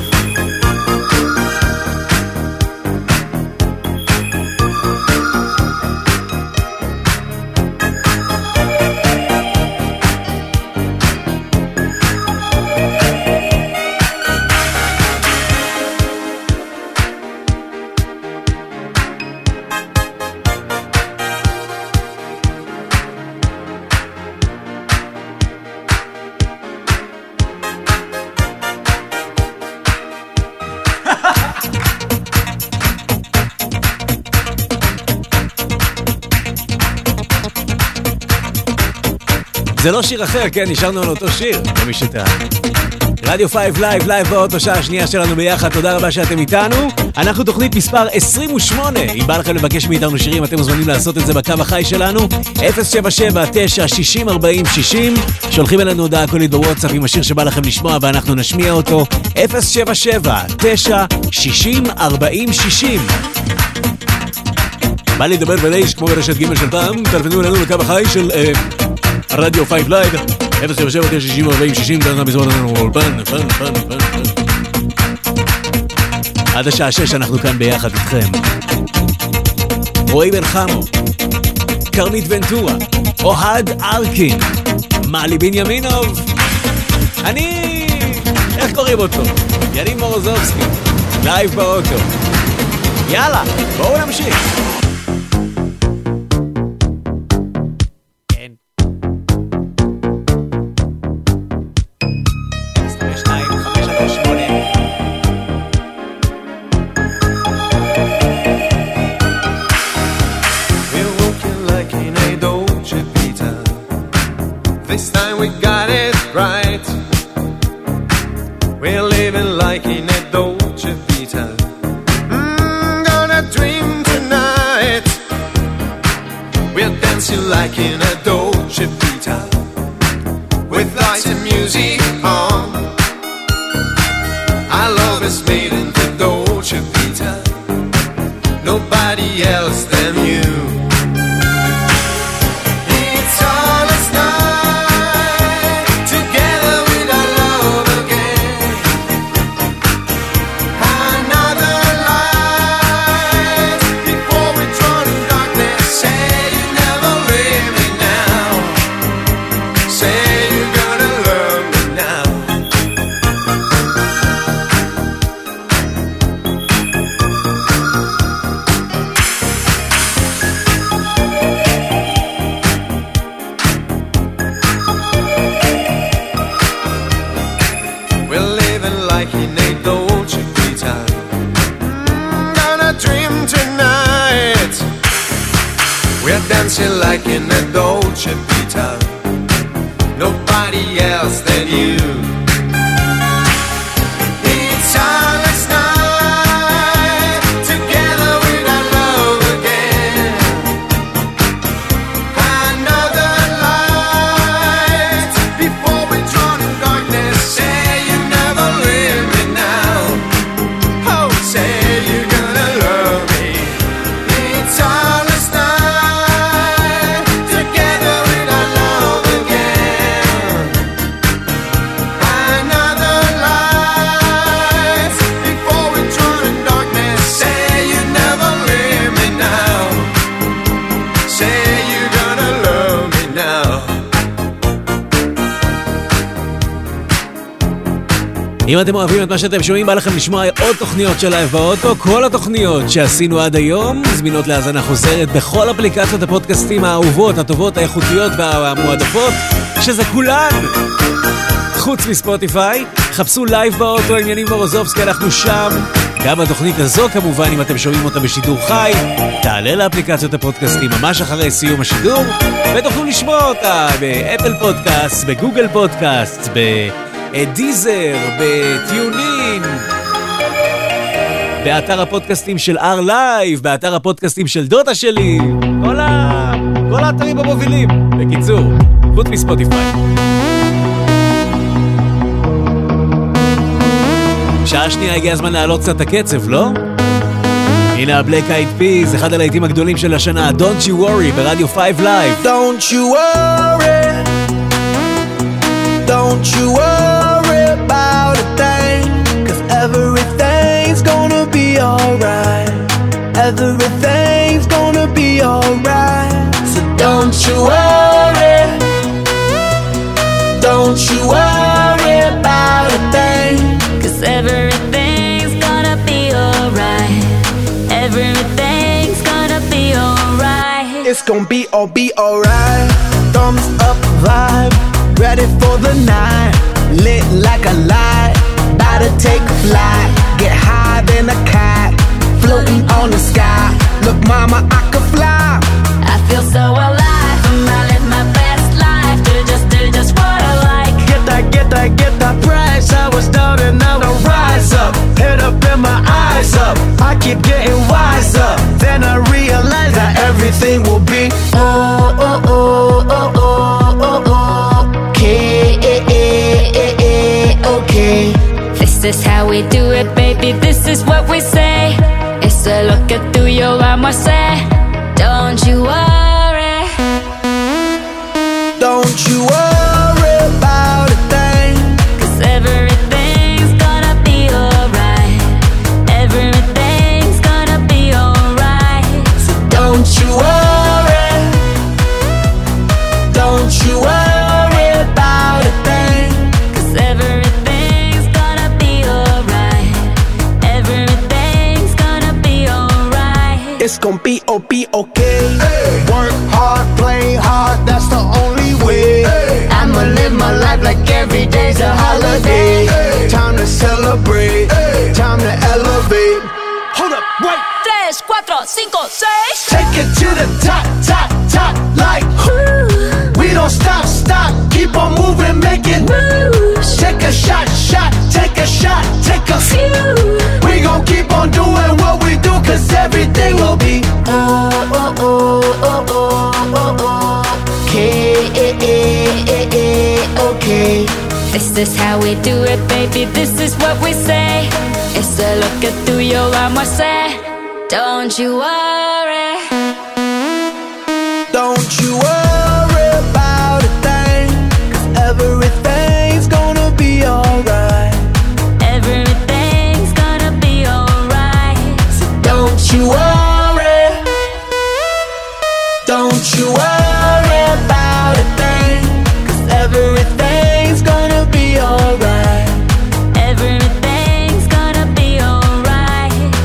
זה לא שיר אחר, כן, נשארנו על אותו שיר, למי שטעה. רדיו 5 לייב, לייב באוטו, שעה השנייה שלנו ביחד, תודה רבה שאתם איתנו. אנחנו תוכנית מספר 28, אם בא לכם לבקש מאיתנו שירים, אתם מוזמנים לעשות את זה בקו החי שלנו, 077-960-4060, שולחים אלינו הודעה קולית בוואטסאפ עם השיר שבא לכם לשמוע ואנחנו נשמיע אותו, 077-960-4060. בא לי לדבר בלייש כמו ברשת ג' של פעם, תלפנו אלינו בקו החי של רדיו 5 לייב, 077-960-4060, דרנה בזמן לנו אולפן, פן. עד השעה 6 אנחנו כאן ביחד איתכם. רועי בן חמו, קרנית ונטורה, אוהד ארקין, מעלי בנימינוב, אני... איך קוראים אותו? יניב מורוזובסקי, לייב באוטו. יאללה, בואו נמשיך. We're walking like in a Dolce Vita. This time we got it right. We're living like in a Dolce Vita. Gonna dream tonight. We're dancing like in a Dolce Vita, with lights and music on. Our love is made in the Dolce Vita, nobody else than you. It's all us night, together with our love again. Another light, before we drown in darkness. Say you never leave me now. Say you're gonna love me now. We're living like in a Dolce Vita. Gonna dream tonight. We're dancing like in a Dolce Vita, nobody else than you. It's all us night, together with our love again. Another light, before we drown in darkness. Say you never leave me now. Oh, say you're gonna love me. It's all us night, together with our love again. Another light, before we drown in darkness. Say you never leave me now. Say you're gonna love me now. אם אתם אוהבים את מה שאתם שומעים, בא לכם לשמוע עוד תוכניות של לייב באוטו. כל התוכניות שעשינו עד היום זמינות להאזנה חוזרת בכל אפליקציות הפודקאסטים האהובות, הטובות, האיכותיות והמועדפות, שזה כולן חוץ מספוטיפיי. חפשו לייב באוטו עם יניב מורוזובסקי, אנחנו שם. גם התוכנית הזו כמובן, אם אתם שומעים אותה בשידור חי, תעלה לאפליקציות הפודקאסטים ממש אחרי סיום השידור, ותוכלו לשמוע אותה באפל פודקאסט, בגוגל פודקאסט, בדיזר, בטיונין, באתר הפודקאסטים של R-Live, באתר הפודקאסטים של דוטה שלי, כל האתרים המובילים. בקיצור, חוץ מספוטיפיי. שעה שנייה, הגיע הזמן להעלות קצת הקצב, לא? הנה הבלק אייד פיז, אחד הלהיטים הגדולים של השנה, Don't You Worry, ברדיו 5 Live. Don't you worry, don't you worry about a thing, 'cause everything's gonna be alright, everything's gonna be alright. So don't you worry, don't you worry about a thing, 'cause everything's gonna be alright, everything's gonna be alright. it's gonna be alright. Thumbs up vibe, ready for the night, lit like a light, about to take a flight, get higher than a cat, floating on the sky. Look mama, I could fly. I feel so alive, I live my best life, do just what I like. Get that price. I was down and now I rise up, head up and my eyes up, I keep getting wiser. Then I realize that everything will be okay. This is how we do it, baby, this is what we say. It's a look at through your arm, I say. Don't you worry, don't you worry about a thing, 'cause everything's gonna be alright, everything's gonna be alright. so don't you worry, don't you worry about a thing, 'cause everything's gonna be alright, everything's gonna be alright. it's gonna be okay. Work hard, play hard, that's the only way. I'ma live my life like every day's a holiday. Time to celebrate. 6. Take it to the top, top, top, like we don't stop, stop, keep on moving, make it moves. Take a shot, shot, take a shot, take a few. We gon' keep on doing what we do, cause everything will be okay. This is how we do it, baby, this is what we say. It's a look at through your armor, say, don't you worry. Don't you worry about a thing, cause everything's gonna be alright. Everything's gonna be alright. So don't you worry. Don't you worry about a thing, cause everything's gonna be alright. Everything's gonna be alright.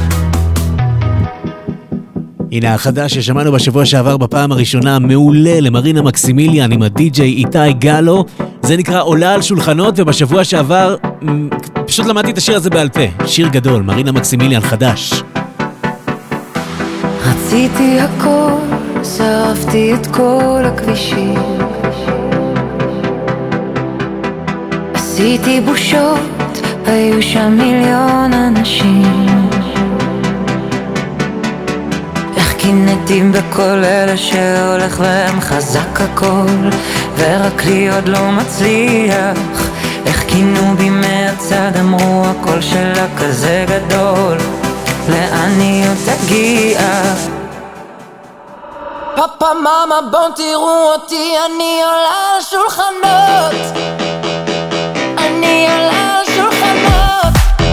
הנה החדש ששמענו בשבוע שעבר בפעם הראשונה, מעולה, למרינה מקסימיליאן עם הדי-ג'יי איתי גלו. זה נקרא עולה על שולחנות, ובשבוע שעבר פשוט למדתי את השיר הזה בעל פה. שיר גדול, מרינה מקסימיליאן חדש. רציתי הכל, שרפתי את כל הכבישים, עשיתי בושות, היו שם מיליון אנשים. איך קינאתי בכל אלה שהולך להם חזק הכל, ורק לי עוד לא מצליח. איך קינו בי מהצד, אמרו הקול שלה כזה גדול, לאן היא עוד תגיע? פאפה מאמה בואו תראו אותי, אני עולה על שולחנות, אני עולה על שולחנות.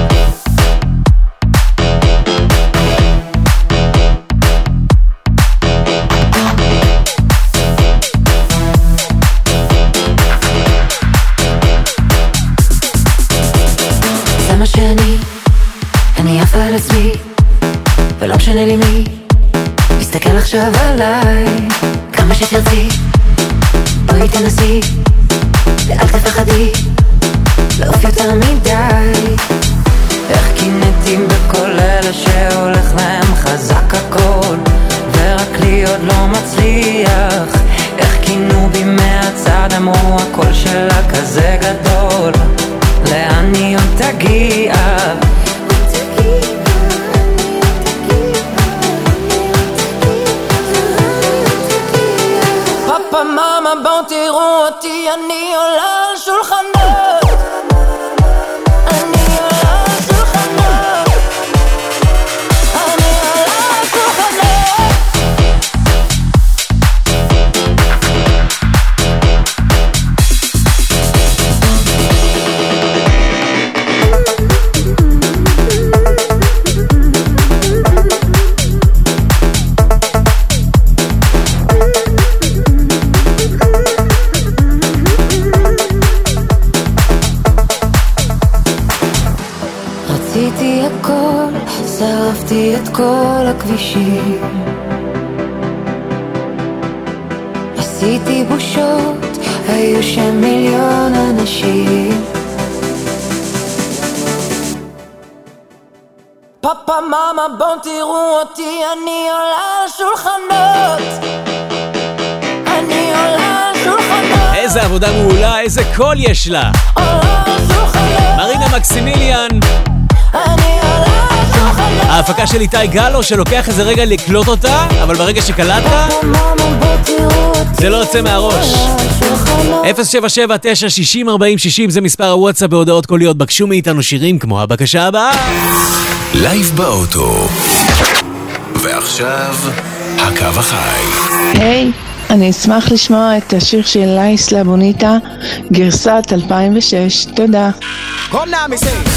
זה מה אני עפה על עצמי, ולא משנה לי מי מסתכל עכשיו עליי. כמה שתרצי, בואי תנסי, ואל תפחדי, לעוף יותר מדי. איך קינאתי בכל אלה שהולך להם חזק הכל, ורק לי עוד לא מצליח. איך קינו בי מהצד, אמרו הקול שלה כזה גדול, לאן היא עוד תגיע? פאפה מאמה בואו תראו אותי, אני עולה על שולחנות, אני עולה על שולחנות, אני עולה על שולחנות. עשיתי הכל, שרפתי את כל הכבישים, עשיתי בושות, היו שם מיליון אנשים. פאפה מאמה בואו תראו אותי, אני עולה על שולחנות, אני עולה על שולחנות. איזה עבודה מעולה, איזה קול יש לה. מרינה מקסימיליאן. ההפקה של איתי גלו שלוקח איזה רגע לקלוט אותה, אבל ברגע שקלטת זה לא יוצא מהראש. 077-960-4060 זה מספר הוואטסאפ בהודעות קוליות. בקשו מאיתנו שירים כמו הבקשה הבאה. לייב באוטו. ועכשיו הקו החי. היי, אני אשמח לשמוע את השיר של לייסלה בוניטה, גרסת 2006. תודה. Come now, me say.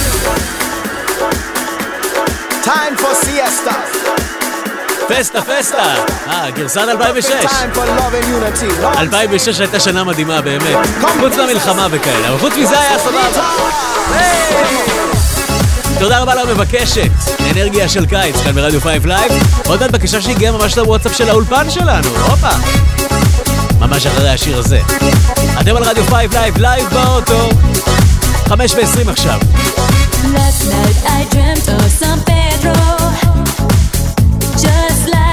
Time for siesta. פסטה, פסטה. גרסת 2006. Time for love and unity. 2006 הייתה שנה מדהימה באמת. חוץ למלחמה וכאלה, אבל חוץ מזה היה סבבה. תודה רבה למבקשת, אנרגיה של קיץ, כאן ברדיו 5 לייב. עוד מעט בקשה שהגיעה ממש לוואטסאפ של האולפן שלנו, הופה. ממש אחרי השיר הזה. אתם על רדיו 5 לייב, לייב באוטו. 5:20 עכשיו. Last night I dreamt of San Pedro, just like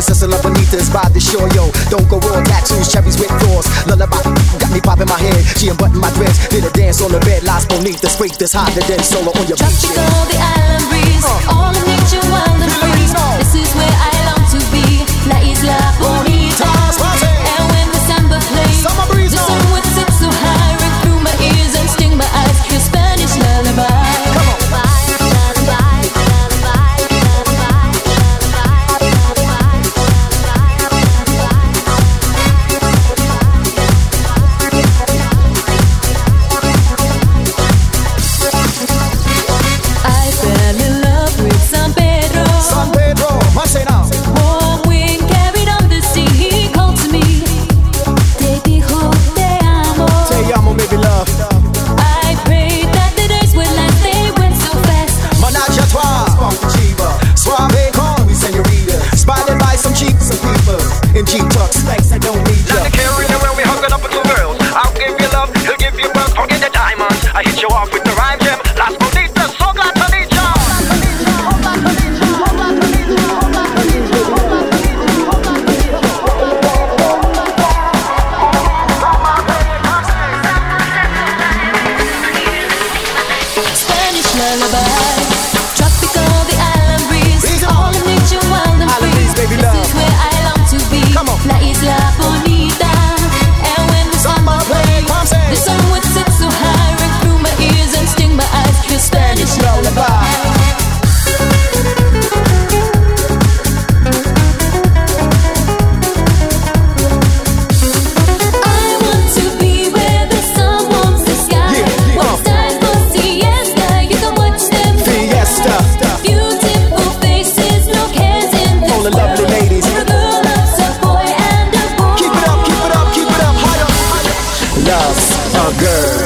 Princess and La Bonita's by the shore, yo. Don't go raw, tattoos, cherries with doors. Lullaby got me popping my head. She unbuttoned my dress, did a dance on the bed. Las Bonitas, freak this hotter than solo on your beach. Tropical, the island breeze, all in nature, wild and free. This is where I long to be, La Isla Bonita. And when December plays, the sun would sit so high, ring through my ears and sting my eyes. Your Spanish lullaby. Come on. In G-Tucks, thanks, I don't need ya. Like the carrier where we hooking up with the girls. I'll give you love, he'll give you birth, forget the diamonds. I hit you off with the rhyme gem. Las Bonitas, so glad to meet ya. Spanish lullaby. Tropical, the island breeze, all in nature, wild and free. This is where I long to be, La Isla Bonita. And when the summer plays, the sun would sit so high, ring through my ears and sting my eyes. Your Spanish lullaby. I want to be where the sun warms the sky. When it's time for siesta, you can watch them Fiesta. Beautiful faces, look hands in this All the lovely ladies. For a girl loves a boy and a boy. Keep it up, keep it up, keep it up, higher, higher. Loves a girl.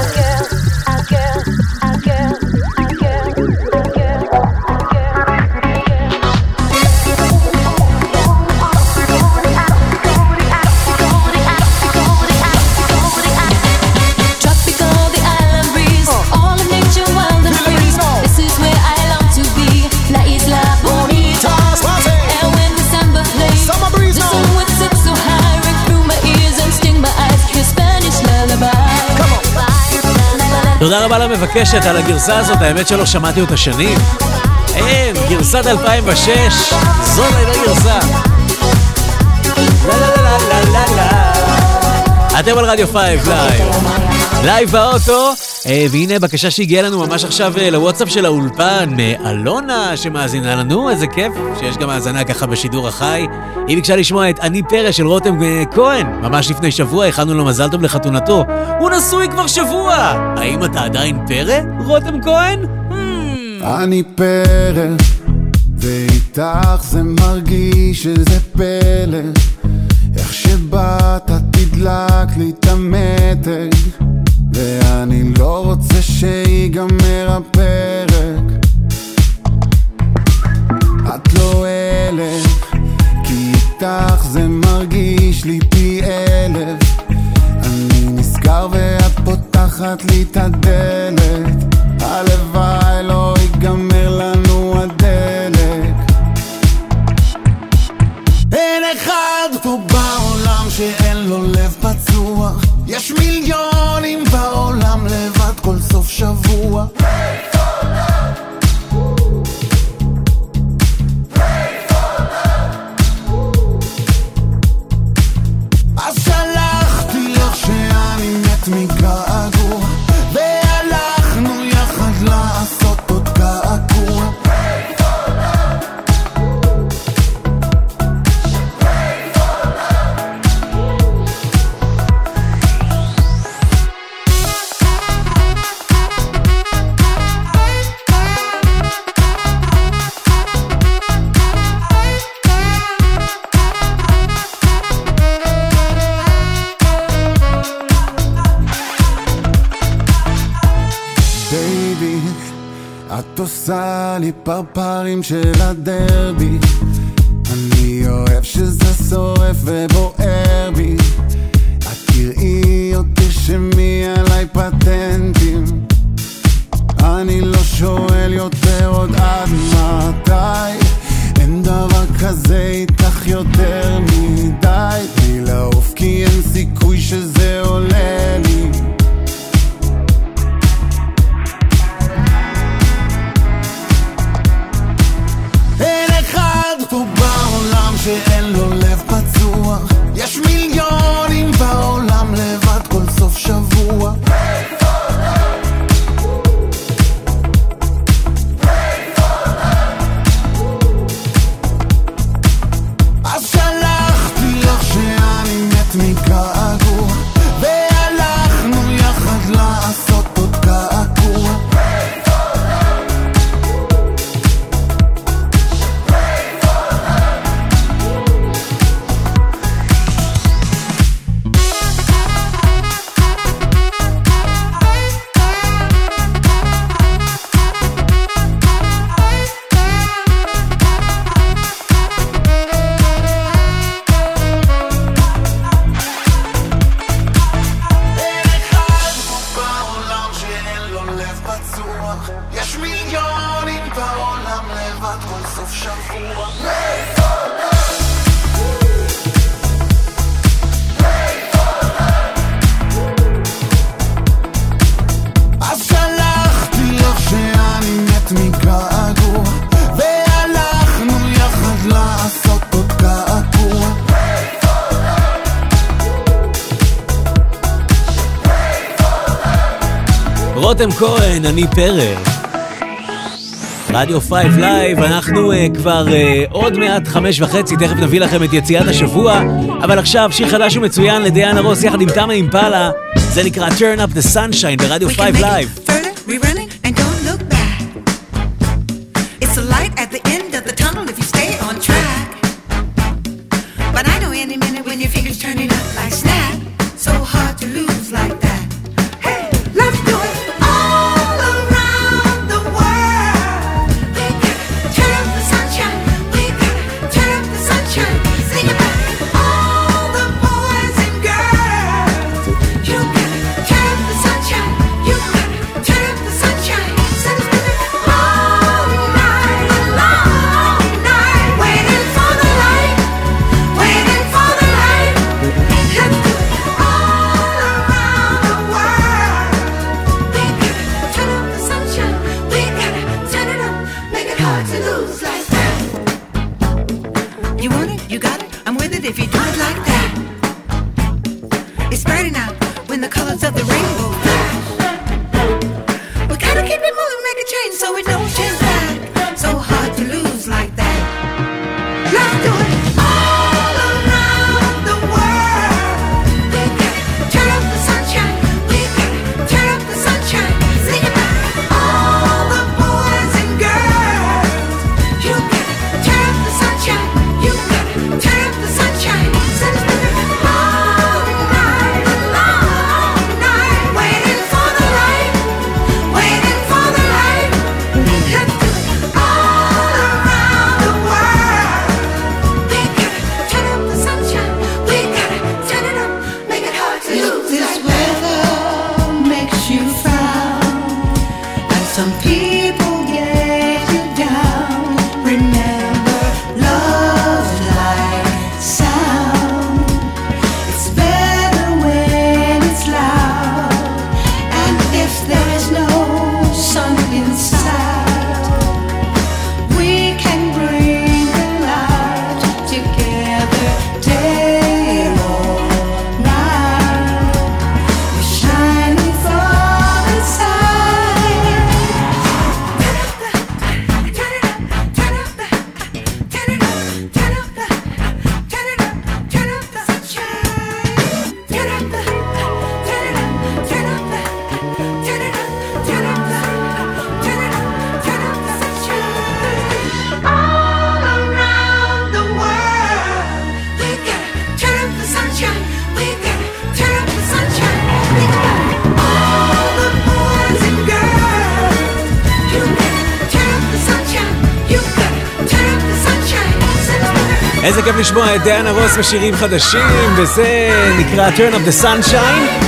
Tropical, the island breeze, all in nature, wild and free. This is where I long to be, La Isla Bonita. And when December plays, the sun would sit so high, ring through my ears and sting my eyes. Your Spanish lullaby. תודה רבה למבקשת על הגרסה הזאת, האמת שלא שמעתי אותה שנים. אין, גרסת 2006, זאת הייתה גרסה. לה לה לה לה לה לה. אתם על רדיו 5 לייב. לייב באוטו, והנה בקשה שהגיעה לנו ממש עכשיו לוואטסאפ של האולפן, מאלונה שמאזינה לנו, איזה כיף שיש גם האזנה ככה בשידור החי. היא ביקשה לשמוע את אני פרא של רותם כהן, ממש לפני שבוע הכנו לו מזל טוב לחתונתו, הוא נשוי כבר שבוע. האם אתה עדיין פרא, רותם כהן? אני פרא, ואיתך זה מרגיש שזה פלא, איך שבאת תדלק לי את המתג, ואני לא רוצה שיגמר הפרק. את לא אלף, כי איתך זה מרגיש לי פי אלף. אני נזכר ואת פותחת לי את הדלת, הלוואי לא ייגמר לנו הדלק. אין אחד פה בעולם שאין לו לב פצוע, יש מיליונים בעולם לבד כל סוף שבוע. אז שלחתי לך שאני מת מגעגוע, והלכנו יחד לעשות עוד געגוע. את עושה לי פרפרים של הדרבי, אני אוהב שזה שורף ובוער בי. את תראי או תרשמי עליי פטנטים, אני לא שואל יותר עוד עד מתי. אין דבר כזה איתך יותר רותם כהן, אני פרק. רדיו 5 לייב, אנחנו כבר עוד מעט 5:30, תכף נביא לכם את יציאת השבוע, אבל עכשיו שיר חדש ומצוין לדיאנה רוס יחד עם תמה אימפלה, זה נקרא Turn Up the Sunshine ברדיו 5 לייב. It's a light at the end of the tunnel if you stay on track. But I know any minute when your fingers turning up like snap, so hard to lose like that. Hey, let's do it all around the world. We gotta turn up the sunshine. We gotta turn up the sunshine. Sing about it, all the boys and girls. You gotta turn up the sunshine. You gotta turn up the sunshine. Send us with it all night long night, waiting for the light, waiting for the light. Let's do it all around the world. We gotta turn up the sunshine. We gotta turn it up, make it hard to lose like that. You want it, you got it, I'm with it if you do it like that. It's brighter now when the colors of the rainbow flash. We gotta keep it moving, make a change so it don't change back. So hard to lose like that. Let's do it all around the world. We gotta turn up the sunshine. We gotta turn up the sunshine. Sing about it, all the boys and girls. You gotta turn up the sunshine. You gotta turn up the sunshine. Send us with it all night long night, waiting for the light, waiting for the light. Let's do it all around the world. We gotta turn up the sunshine. We gotta turn it up, make it hard to lose. This weather makes you frown, and some people get you down. Remember, love's like sound. It's better when it's loud, and if there's no sun inside, we can bring the light together day or night. We're shining from inside. All around the world, we gotta turn up the sunshine. We gotta turn up the sunshine. Think about it, all the boys and girls. You gotta turn up the sunshine. You gotta turn up the sunshine. איזה כיף לשמוע את דיאנה רוס בשירים חדשים, וזה נקרא Turn Up the Sunshine.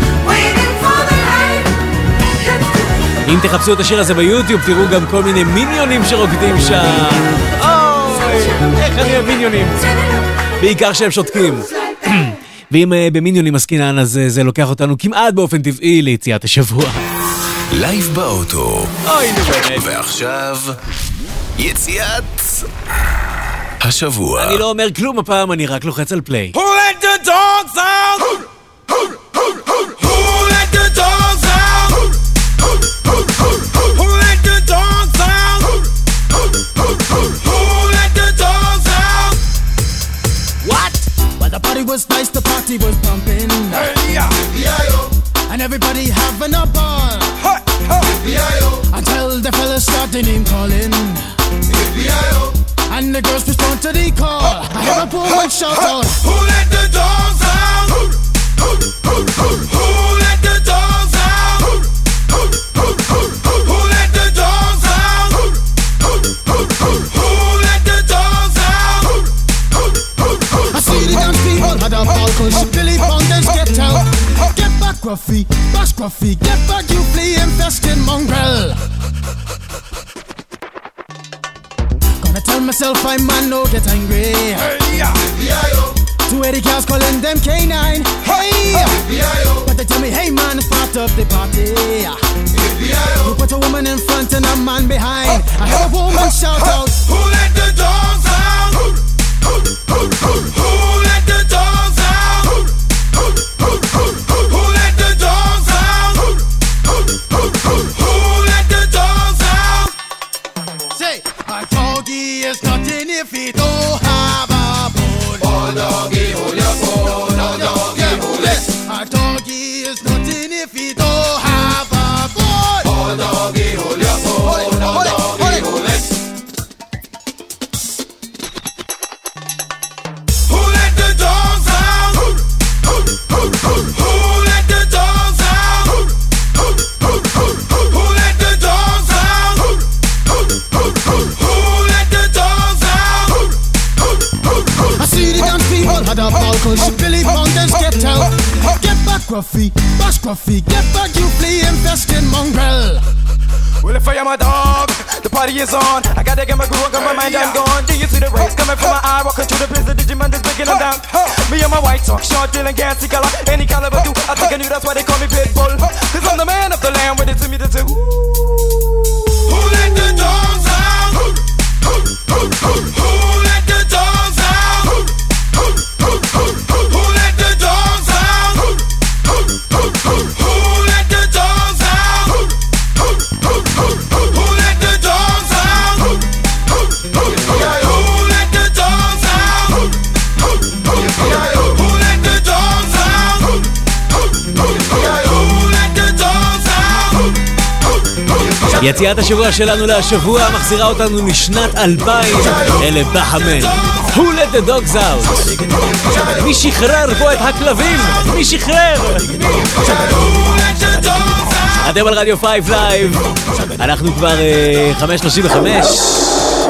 אם תחפשו את השיר הזה ביוטיוב, תראו גם כל מיני מיניונים שרוקדים שם. אוי, איך אני אוהב מיניונים. בעיקר שהם שותקים. ואם במיניונים עסקינן, אז זה לוקח אותנו כמעט באופן טבעי ליציאת השבוע. לייב באוטו. אוי, באמת. ועכשיו, יציאת השבוע. אני לא אומר כלום הפעם, אני רק לוחץ על פליי. Who let the dogs out? Who let the dogs out? Who let the dogs out? Who let the dogs out? What? Well, the party was nice, the party was pumping. Hey, yeah. And everybody having a ball. Until the fellas started name calling. And the girls respond to the call. I have a woman shout out. Who let the dogs out? Who let the dogs out? Who let the dogs out? Who let the dogs out? I see the dance people had a ball cause Billy Fountains get out. Get back Gruffy, bash Gruffy, get back you flea infested mongrel. Gonna tell myself I man no get angry. Hey, yeah. 280 cows calling them K9. Hey, but they tell me, hey man, it's part of the party. You put a woman in front and a man behind. I have a woman shout out. Who let the dogs out? Who let the dogs out? Who let the dogs out? scruffy, get back you flea infested mongrel. Well, if I am a dog, the party is on. I gotta get my groove on, got my mind, I'm gone. Do you see the rays coming from my eye? Walking through the prison, Digimon is breaking them down. Me and my white talk, short, dealing, gassy color. Any caliber do, I think I knew that's why they call me Pitbull. Cause I'm the man of the land, with it to me to do. Who let the dogs out? Who let the dogs out? Who let the dogs out? Who let the dogs out? Who let the dogs out? Who let the dogs out? Who let the dogs out? Who let the dogs out? יציאת השבוע שלנו להשבוע מחזירה אותנו משנת 2000 אלה בחמן Who let the dogs out? מי שחרר פה את הכלבים? מי שחרר? אתם על רדיו 5 לייב אנחנו כבר 5:35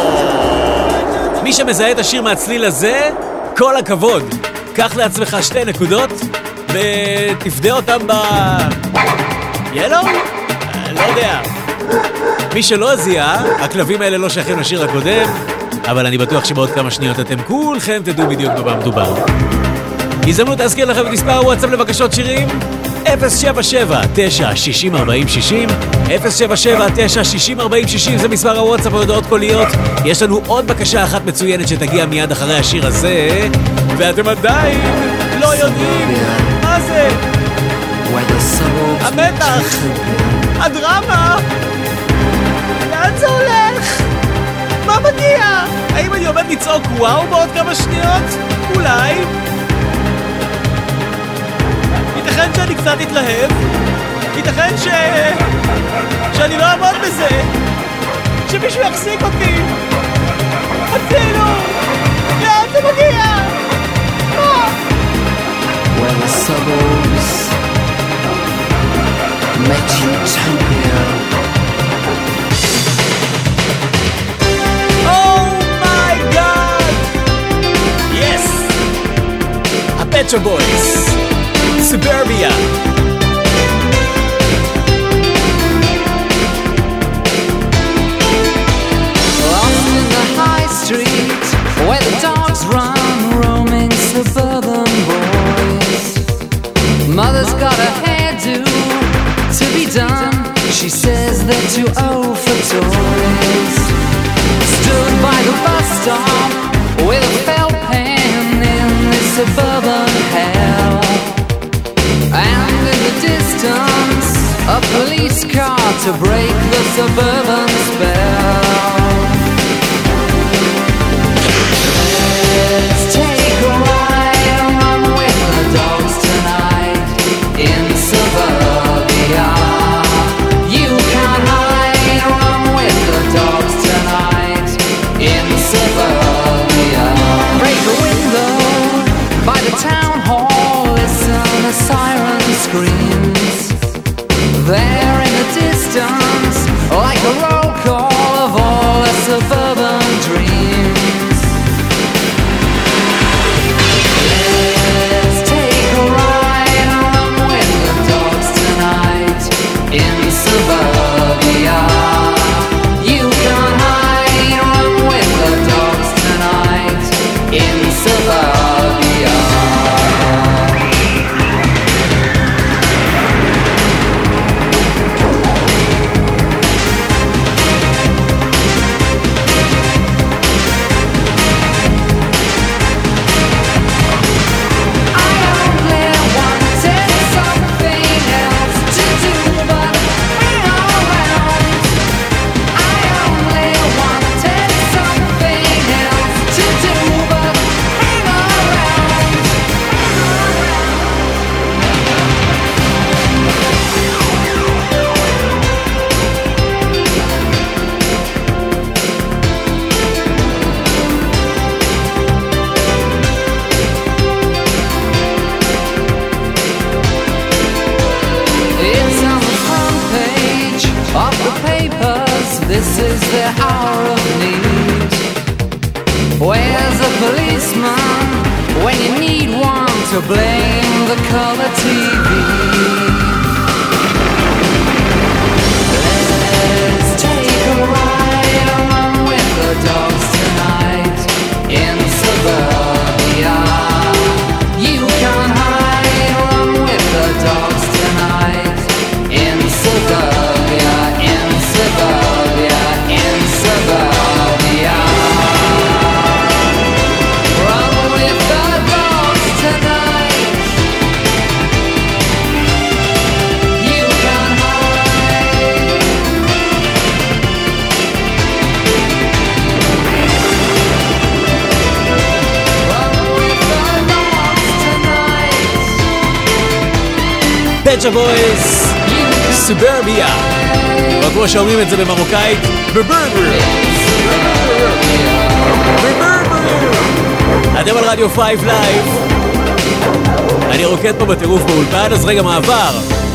מי שמזהה את השיר מהצליל הזה כל הכבוד קח לעצמך 2 נקודות ותפדה אותם ילו? לא יודע מי שלא זיהה הכלבים האלה לא שייכים לשיר הקודם אבל אני בטוח שבעוד כמה שניות אתם כולכם תדעו בדיוק במה מדובר הזדמנות להזכיר לכם את מספר הוואטסאפ לבקשות שירים 077-960-4060 077-960-4060 זה מספר הוואטסאפ ההודעות קוליות יש לנו עוד בקשה אחת מצוינת שתגיע מיד אחרי השיר הזה ואתם עדיין לא יודעים מה זה המתח הדרמה לאן זה הולך? מה מגיע? האם אני עומד לצעוק וואו בעוד כמה שניות? אולי ייתכן שאני קצת אתלהב ייתכן שאני לא אעמוד בזה שמישהו יחזיק אותי אפילו לאן זה מגיע? When the suburbs met utopia Oh my God Yes A Petro Boys Suburbia Lost in the high street where the dogs run roaming suburban boys Mother's got a hairdo to be done She says they're too old for toys Stood by the bus stop with a felt pen in this suburban hell And in the distance a police car to break the suburban spell Let's take a ride and run with the dogs tonight in suburbia You can't hide, run with the dogs tonight in suburbia Break a window by the town hall Listen a siren screams There in the distance like a roll call of all the suburban dreams Let's take a ride and run with the dogs tonight in suburbia You can't hide, run with the dogs tonight in suburbia This is the hour of need Where's the policeman when you need one to blame the color TV. Let's take a ride along with the dogs tonight in suburbia. You can hide along with the dogs tonight in suburbia, in suburbia, in suburbia. Run with the dogs tonight. You can hide. Run with the dogs tonight. פצ'ה בויז, סוברביה, או כמו שאומרים את זה במרוקאית, בברבר. אתם על רדיו 5 לייב. אני רוקד פה בטירוף באולפן, אז רגע מעבר.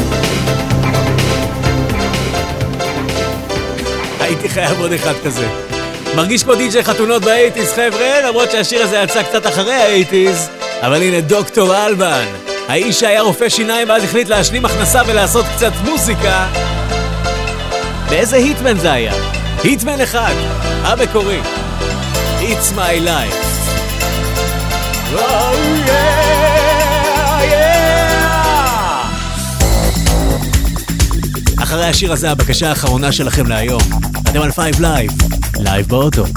הייתי חייב עוד אחד כזה. מרגיש כמו די.ג'יי חתונות באייטיז, חבר'ה, למרות שהשיר הזה יצא קצת אחרי האייטיז. אבל הנה דוקטור אלבן, האיש שהיה רופא שיניים ואז החליט להשלים הכנסה ולעשות קצת מוזיקה. באיזה היטמן זה היה? היטמן אחד, המקורי. It's my life. Oh yeah, yeah. אחרי השיר הזה הבקשה האחרונה שלכם להיום. אתם על 5 לייב, לייב באוטו.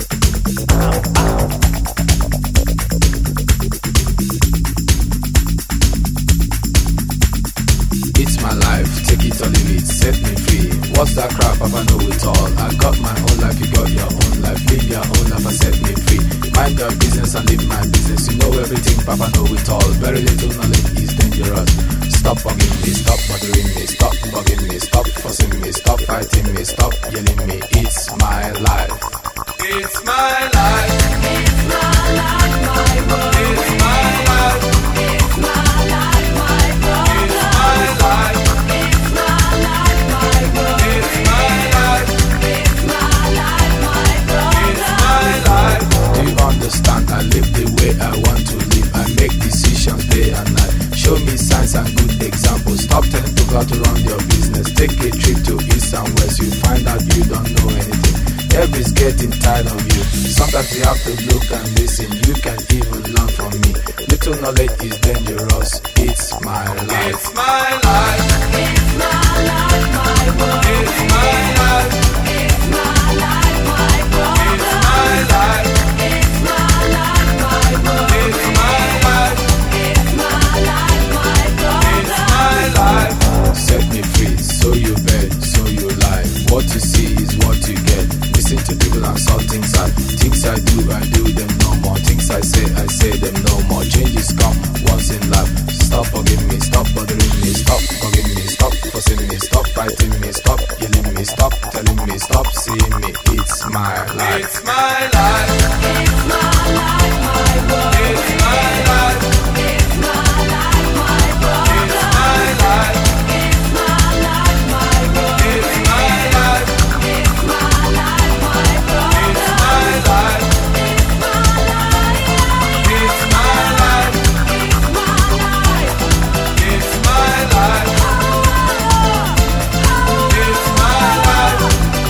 It's my life, take it or leave it, set me free. What's that crap? Papa know it all. I got my own life, you got your own life. Live your own life and set me free. Mind your business and live my business. You know everything, Papa know it all. Very little knowledge is dangerous. Stop bugging me, stop bothering me, stop bugging me, stop fussing me, stop fighting me, stop yelling me. It's my life. It's my life. It's my life, my world. It's my life. It's my life, my world. It's my life. It's my life, my world. It's my life. It's my life, my world. It's my life. Do you understand? I live the way I want to live. I make decisions day and night. Show me signs and good examples. Stop telling people how to run your business. Take a trip to east and west. You find out you don't know anything. Everybody's getting tired of you. Sometimes you have to look and listen. You can even learn from me. Little knowledge is dangerous. It's my life. It's my life. It's my life, my world. It's my life. It's my life, my world. It's my life. It's my life, my world. It's my life. It's my life, my world. It's my life. Set me free, so you bet, so you lie. What you see is what you get. Listen to people and saw things I do them no more. Things I say them no more. Changes come once in life. Stop bugging me, stop bothering me, stop bugging me, stop fussing me, stop fighting me, stop yelling me, stop telling me, stop seeing me. It's my life. It's my life. It's my life, my world. It's my life. It's my life, my world. It's my life. It's my life, my world. It's my life. It's my life, my world. It's my life. It's my life. It's my life. It's my life. It's my life.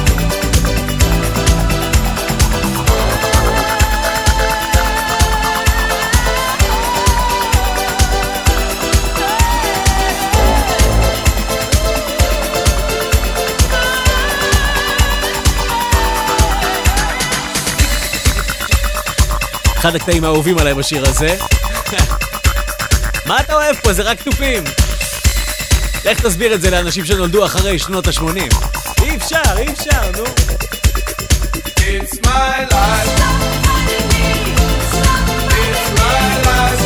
אחד הקטעים האהובים עליי בשיר הזה. מה אתה אוהב פה? זה רק טופים. איך תסביר את זה לאנשים שנולדו אחרי שנות ה-80? אי אפשר, נו. It's my life. It's my life.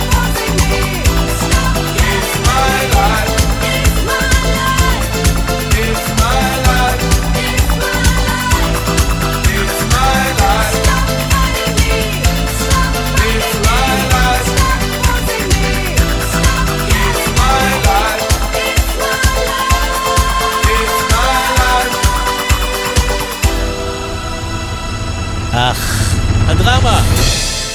It's my life. It's my life. It's my life. It's my life. It's my life. It's my life. אך, הדרמה.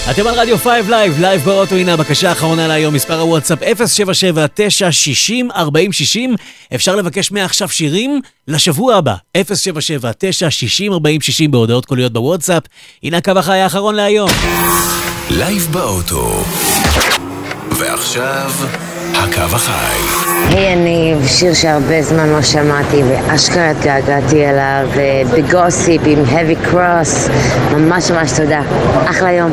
אתם על רדיו 5 לייב, לייב באוטו, הנה הבקשה האחרונה להיום, מספר הוואטסאפ 077-960-4060, אפשר לבקש מעכשיו שירים לשבוע הבא, 077-960-4060 בהודעות קוליות בוואטסאפ, הנה הקו החי האחרון להיום. לייב באוטו. ועכשיו, הקו החי. היי יניב, שיר שהרבה זמן לא שמעתי ואשכרה התגעגעתי אליו, בגוסיפ עם Heavy Cross, ממש ממש תודה, אחלה יום.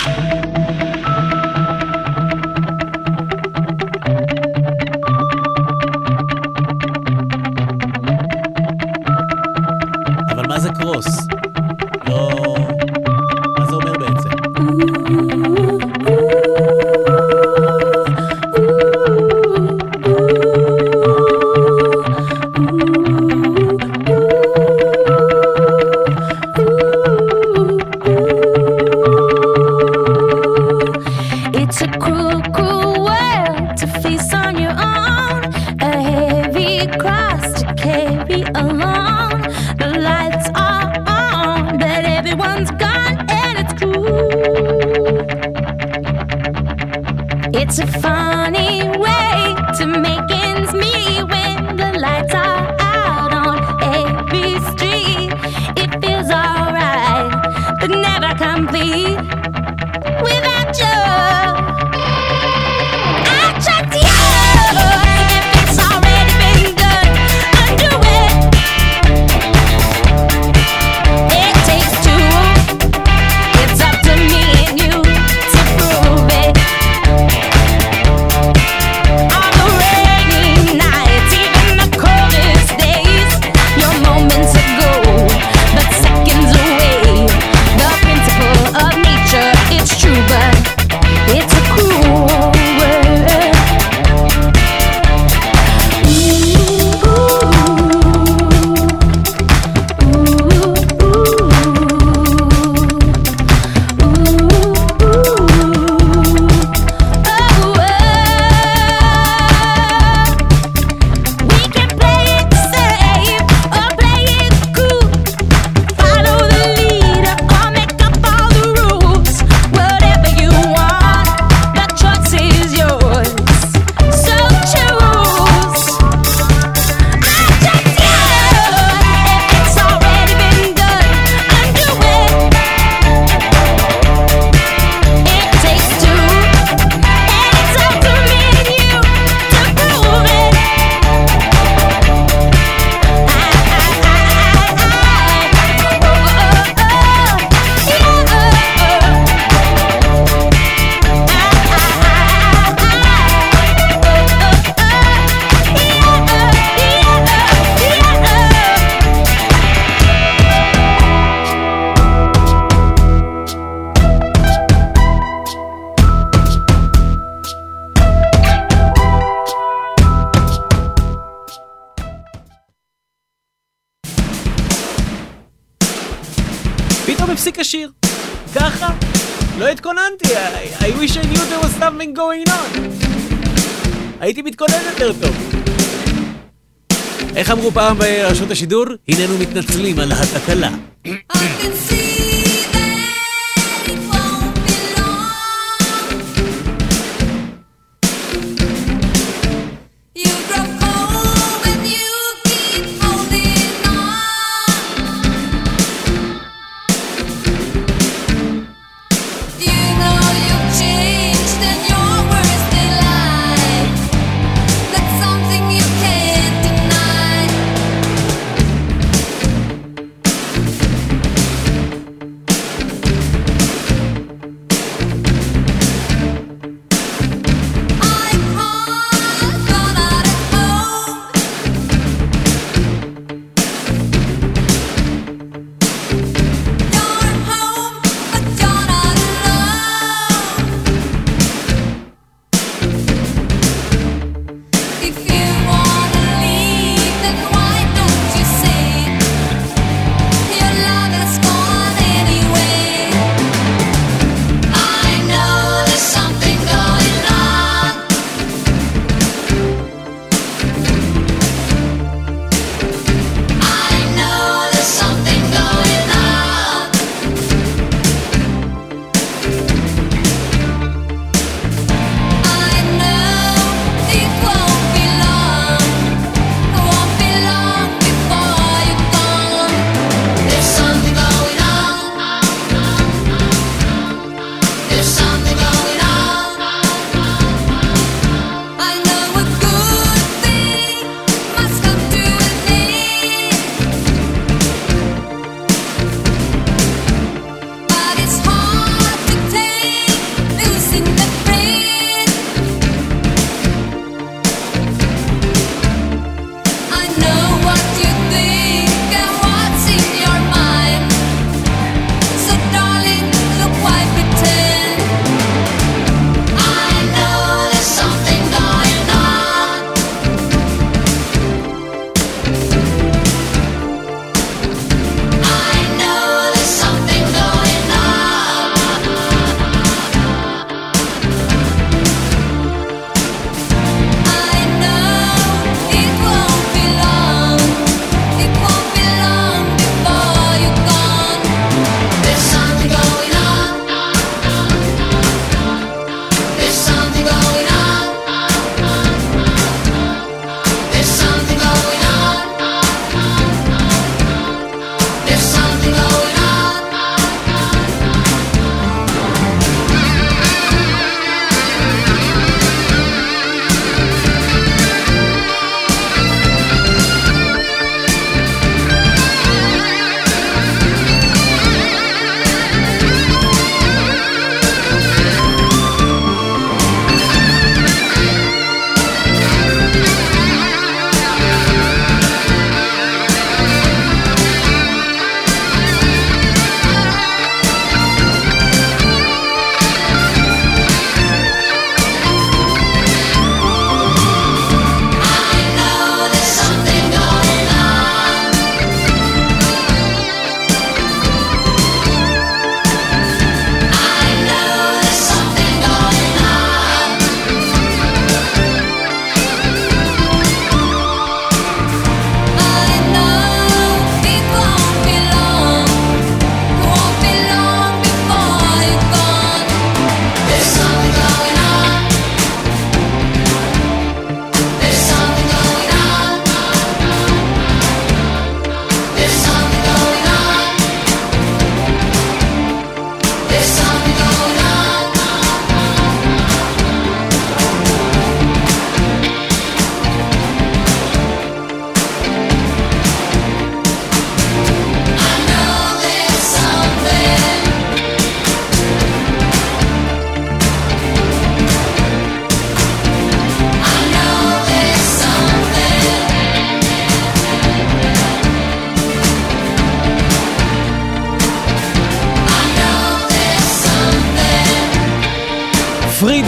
אבל מה זה קרוס? לא... מה זה אומר בעצם? It's a funny way to make ends meet when the lights are out on every street. It feels alright, but never complete without you. I trust you. If it's already been done, undo it. It takes two. It's up to me and you to prove it. הפסיק השיר. ככה? לא התכוננתי. I wish I knew there was something going on. הייתי מתכונן יותר טוב. איך אמרו פעם ברשות השידור? הננו מתנצלים על התקלה.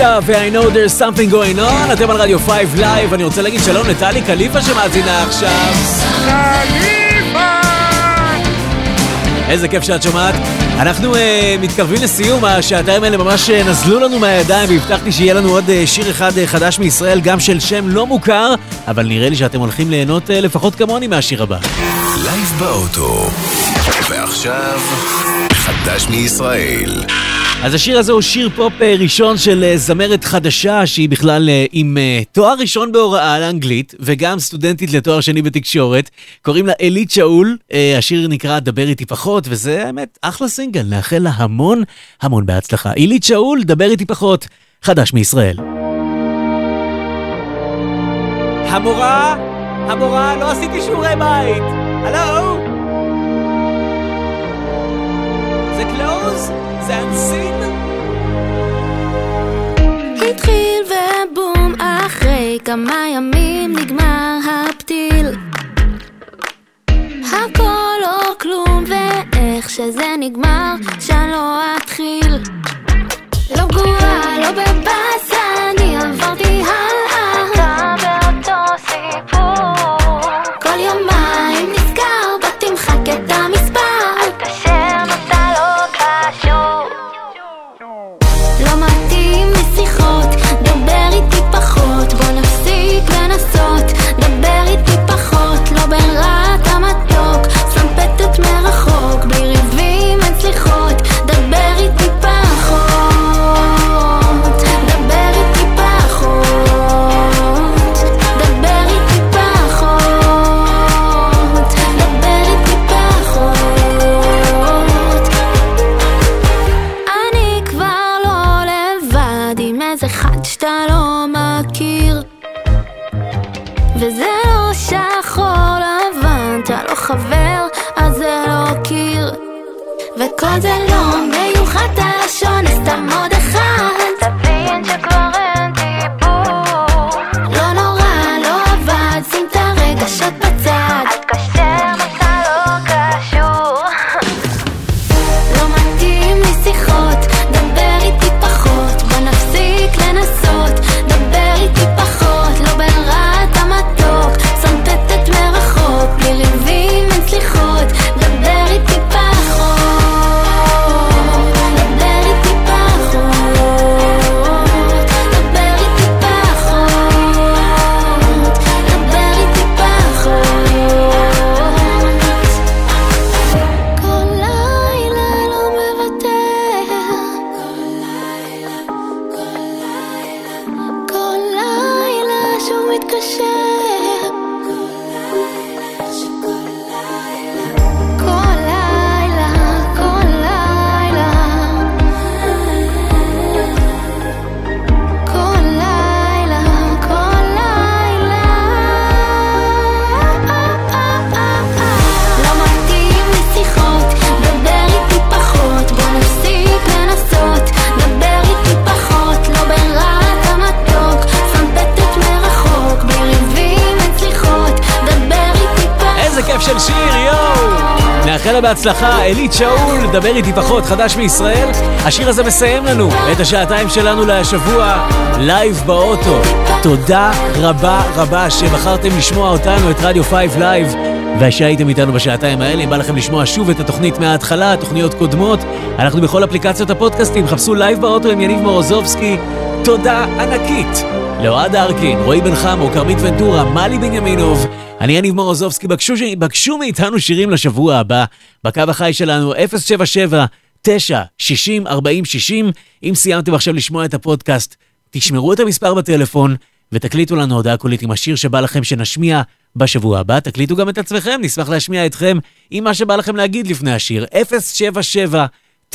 סינגה ו-I know there's something going on. אתם על רדיו 5 Live. אני רוצה להגיד שלום לטלי קליפה שמאזינה עכשיו. קליפה! איזה כיף שאת שומעת. אנחנו מתקרבים לסיום, השעתיים האלה ממש נזלו לנו מהידיים, והבטחתי שיהיה לנו עוד שיר אחד חדש מישראל, גם של שם לא מוכר, אבל נראה לי שאתם הולכים ליהנות לפחות כמוני מהשיר הבא. לייב באוטו. ועכשיו, חדש מישראל. אז השיר הזה הוא שיר פופ ראשון של זמרת חדשה, שהיא בכלל עם תואר ראשון בהוראה לאנגלית, וגם סטודנטית לתואר שני בתקשורת. קוראים לה אלית שאול, השיר נקרא דבר איתי פחות, וזה האמת אחלה סינגל, נאחל לה המון המון בהצלחה. אלית שאול, דבר איתי פחות, חדש מישראל. המורה, לא עשיתי שיעורי בית. הלו? זה קלוז? זה אנסין? התחיל ובום, אחרי כמה ימים נגמר הפתיל. הכל או כלום, ואיך שזה נגמר שאני לא אתחיל. לא גרועה, לא בבאסה, אני עברתי הלאה. אתה באותו סיפור. כל יומיים נזכר, בתמחק את המספר. אל תשם, אתה לא קשור. לא מתאים משיחות, דבר איתי פחות. בוא נפסיק לנסות, דבר איתי פחות. לא ברעת המתוק, שם פתת מרחוק. בלי ריבים אין סליחות, דבר איתי פחות. דבר איתי פחות. דבר איתי פחות. דבר איתי פחות. אני כבר לא לבד עם איזה חד שאתה לא מכיר, וזה לא שחור לבן, אתה לא חבר, אז זה לא קיר. וכל זה לא מיוחד, הלשון סתם עוד אחד. תבין שכבר אין דיבור. לא נורא, לא עבד, שים את הרגשות בצד. את קשר, אתה לא קשור. לא מתאים לי שיחות, דבר איתי פחות. בוא נפסיק לנסות, דבר איתי פחות. לא ברעת המתוק, שם פתת מרחוק. בלי ריבים אין סליחות, דבר איתי פחות. דבר איתי פחות. דבר איתי פחות. דבר איתי פחות. כל לילה לא מוותר. כל לילה שוב מתקשר. כל לילה, כל לילה. כל לילה, כל לילה. לא מתאים לי שיחות, דבר איתי פחות. בוא נפסיק לנסות, דבר איתי פחות. לא ברעת המתוק, שם פתת מרחוק. בלי ריבים אין סליחות, דבר איתי פחות. איזה כיף של שיר, יואו! נאחל לה בהצלחה, אלית שאול, דבר איתי פחות, חדש מישראל. השיר הזה מסיים לנו את השעתיים שלנו לשבוע, לייב באוטו. תודה רבה רבה שבחרתם לשמוע אותנו, את רדיו 5 לייב, ושהייתם איתנו בשעתיים האלה. אם בא לכם לשמוע שוב את התוכנית מההתחלה, תוכניות קודמות, אנחנו בכל אפליקציות הפודקאסטים, חפשו לייב באוטו עם יניב מורוזובסקי. תודה ענקית לאוהד ארקין, רועי בן חמו, קרמית ונטורה, מלי בנימינוב. אני יניב מורוזובסקי, בקשו מאיתנו שירים לשבוע הבא, בקו החי שלנו 077-960-4060. אם סיימתם עכשיו לשמוע את הפודקאסט, תשמרו את המספר בטלפון, ותקליטו לנו הודעה קולית עם השיר שבא לכם שנשמיע בשבוע הבא. תקליטו גם את עצמכם, נשמח להשמיע אתכם עם מה שבא לכם להגיד לפני השיר. 077-960-4060.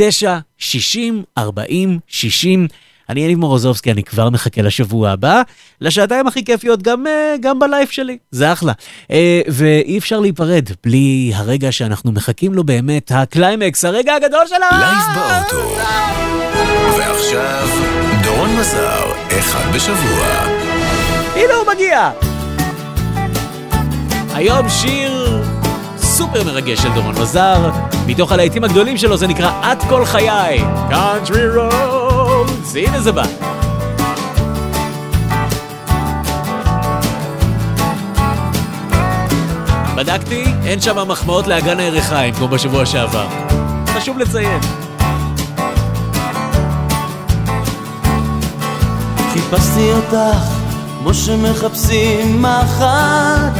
אני יניב מורוזובסקי, אני כבר מחכה לשבוע הבא, לשעתיים הכי כיפיות, גם בלייף שלי, זה אחלה. ואי אפשר להיפרד בלי הרגע שאנחנו מחכים לו באמת, הקליימקס, הרגע הגדול שלנו! לייב באוטו. ועכשיו, דורון מזר, אחד בשבוע. הנה הוא מגיע! היום שיר סופר מרגש של דורון מזר, מתוך הלהיטים הגדולים שלו, זה נקרא את כל חיי, Country Roads. הנה זה בא. בדקתי, אין שם מחמאות לאגן הירחיים כמו בשבוע שעבר. חשוב לציין. חיפשתי אותך כמו שמחפשים מחט,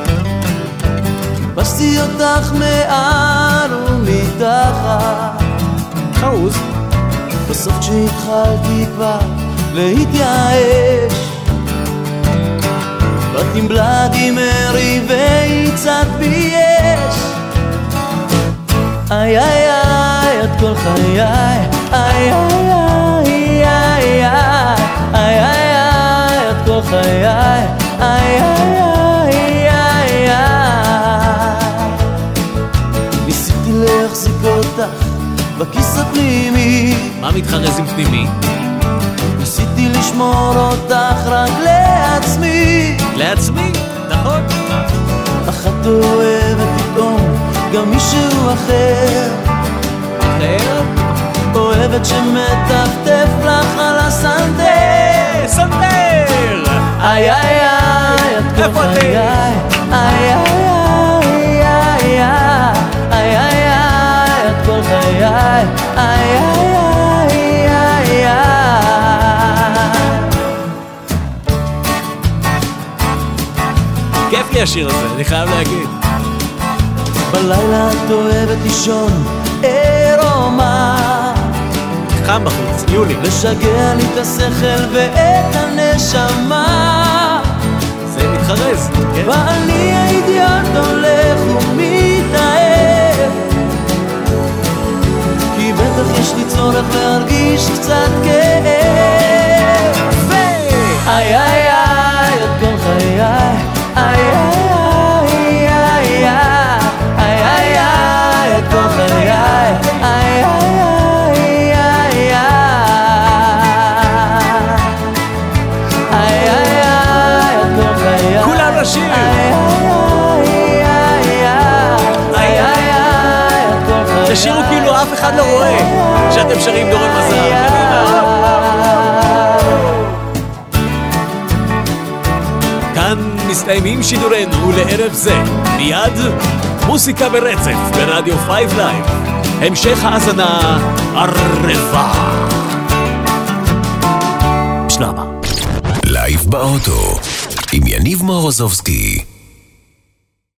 חיפשתי אותך מעל ומתחת. חרוז. בסוף כשהתחלתי כבר להתייאש, באת עם בלאדי מרי והצעת בי אש. איי איי איי את כל חיי, איי איי איי איי איי איי איי את כל חיי, איי איי איי איי איי. ניסיתי להחזיק אותך בכיס הפנימי. מה מתחרז עם פנימי? ניסיתי לשמור אותך רק לעצמי. לעצמי? נכון. אך את אוהבת פתאום גם מישהו אחר. אחר? אוהבת שמטפטף לך על הסנטר. סנטר! איי איי איי את כל חיי, איי איי איי איי איי איי איי את כל חיי, איי איי איי איי איי. כיף לי השיר הזה, אני חייב להגיד. בלילה את אוהבת לישון עירומה, חם בחוץ, יולי. לשגע לי את השכל ואת הנשמה. זה מתחרז, כן? ואני האידיוט הולך ומתאהב, כי בטח יש לי צורך להרגיש קצת כאב. איי איי איי את כל חיי, איי איי איי איי איי איי את כל חיי, איי איי איי איי איי איי את כל חיי. כולם לשיר. תשירו כאילו אף אחד לא רואה שאתם שרים דורון מזר. כאן מסתיימים שידורנו לערב זה. מיד מוסיקה ברצף ברדיו 5 לייב. המשך האזנה ערבה. שלמה. לייב באוטו עם יניב מורוזובסקי.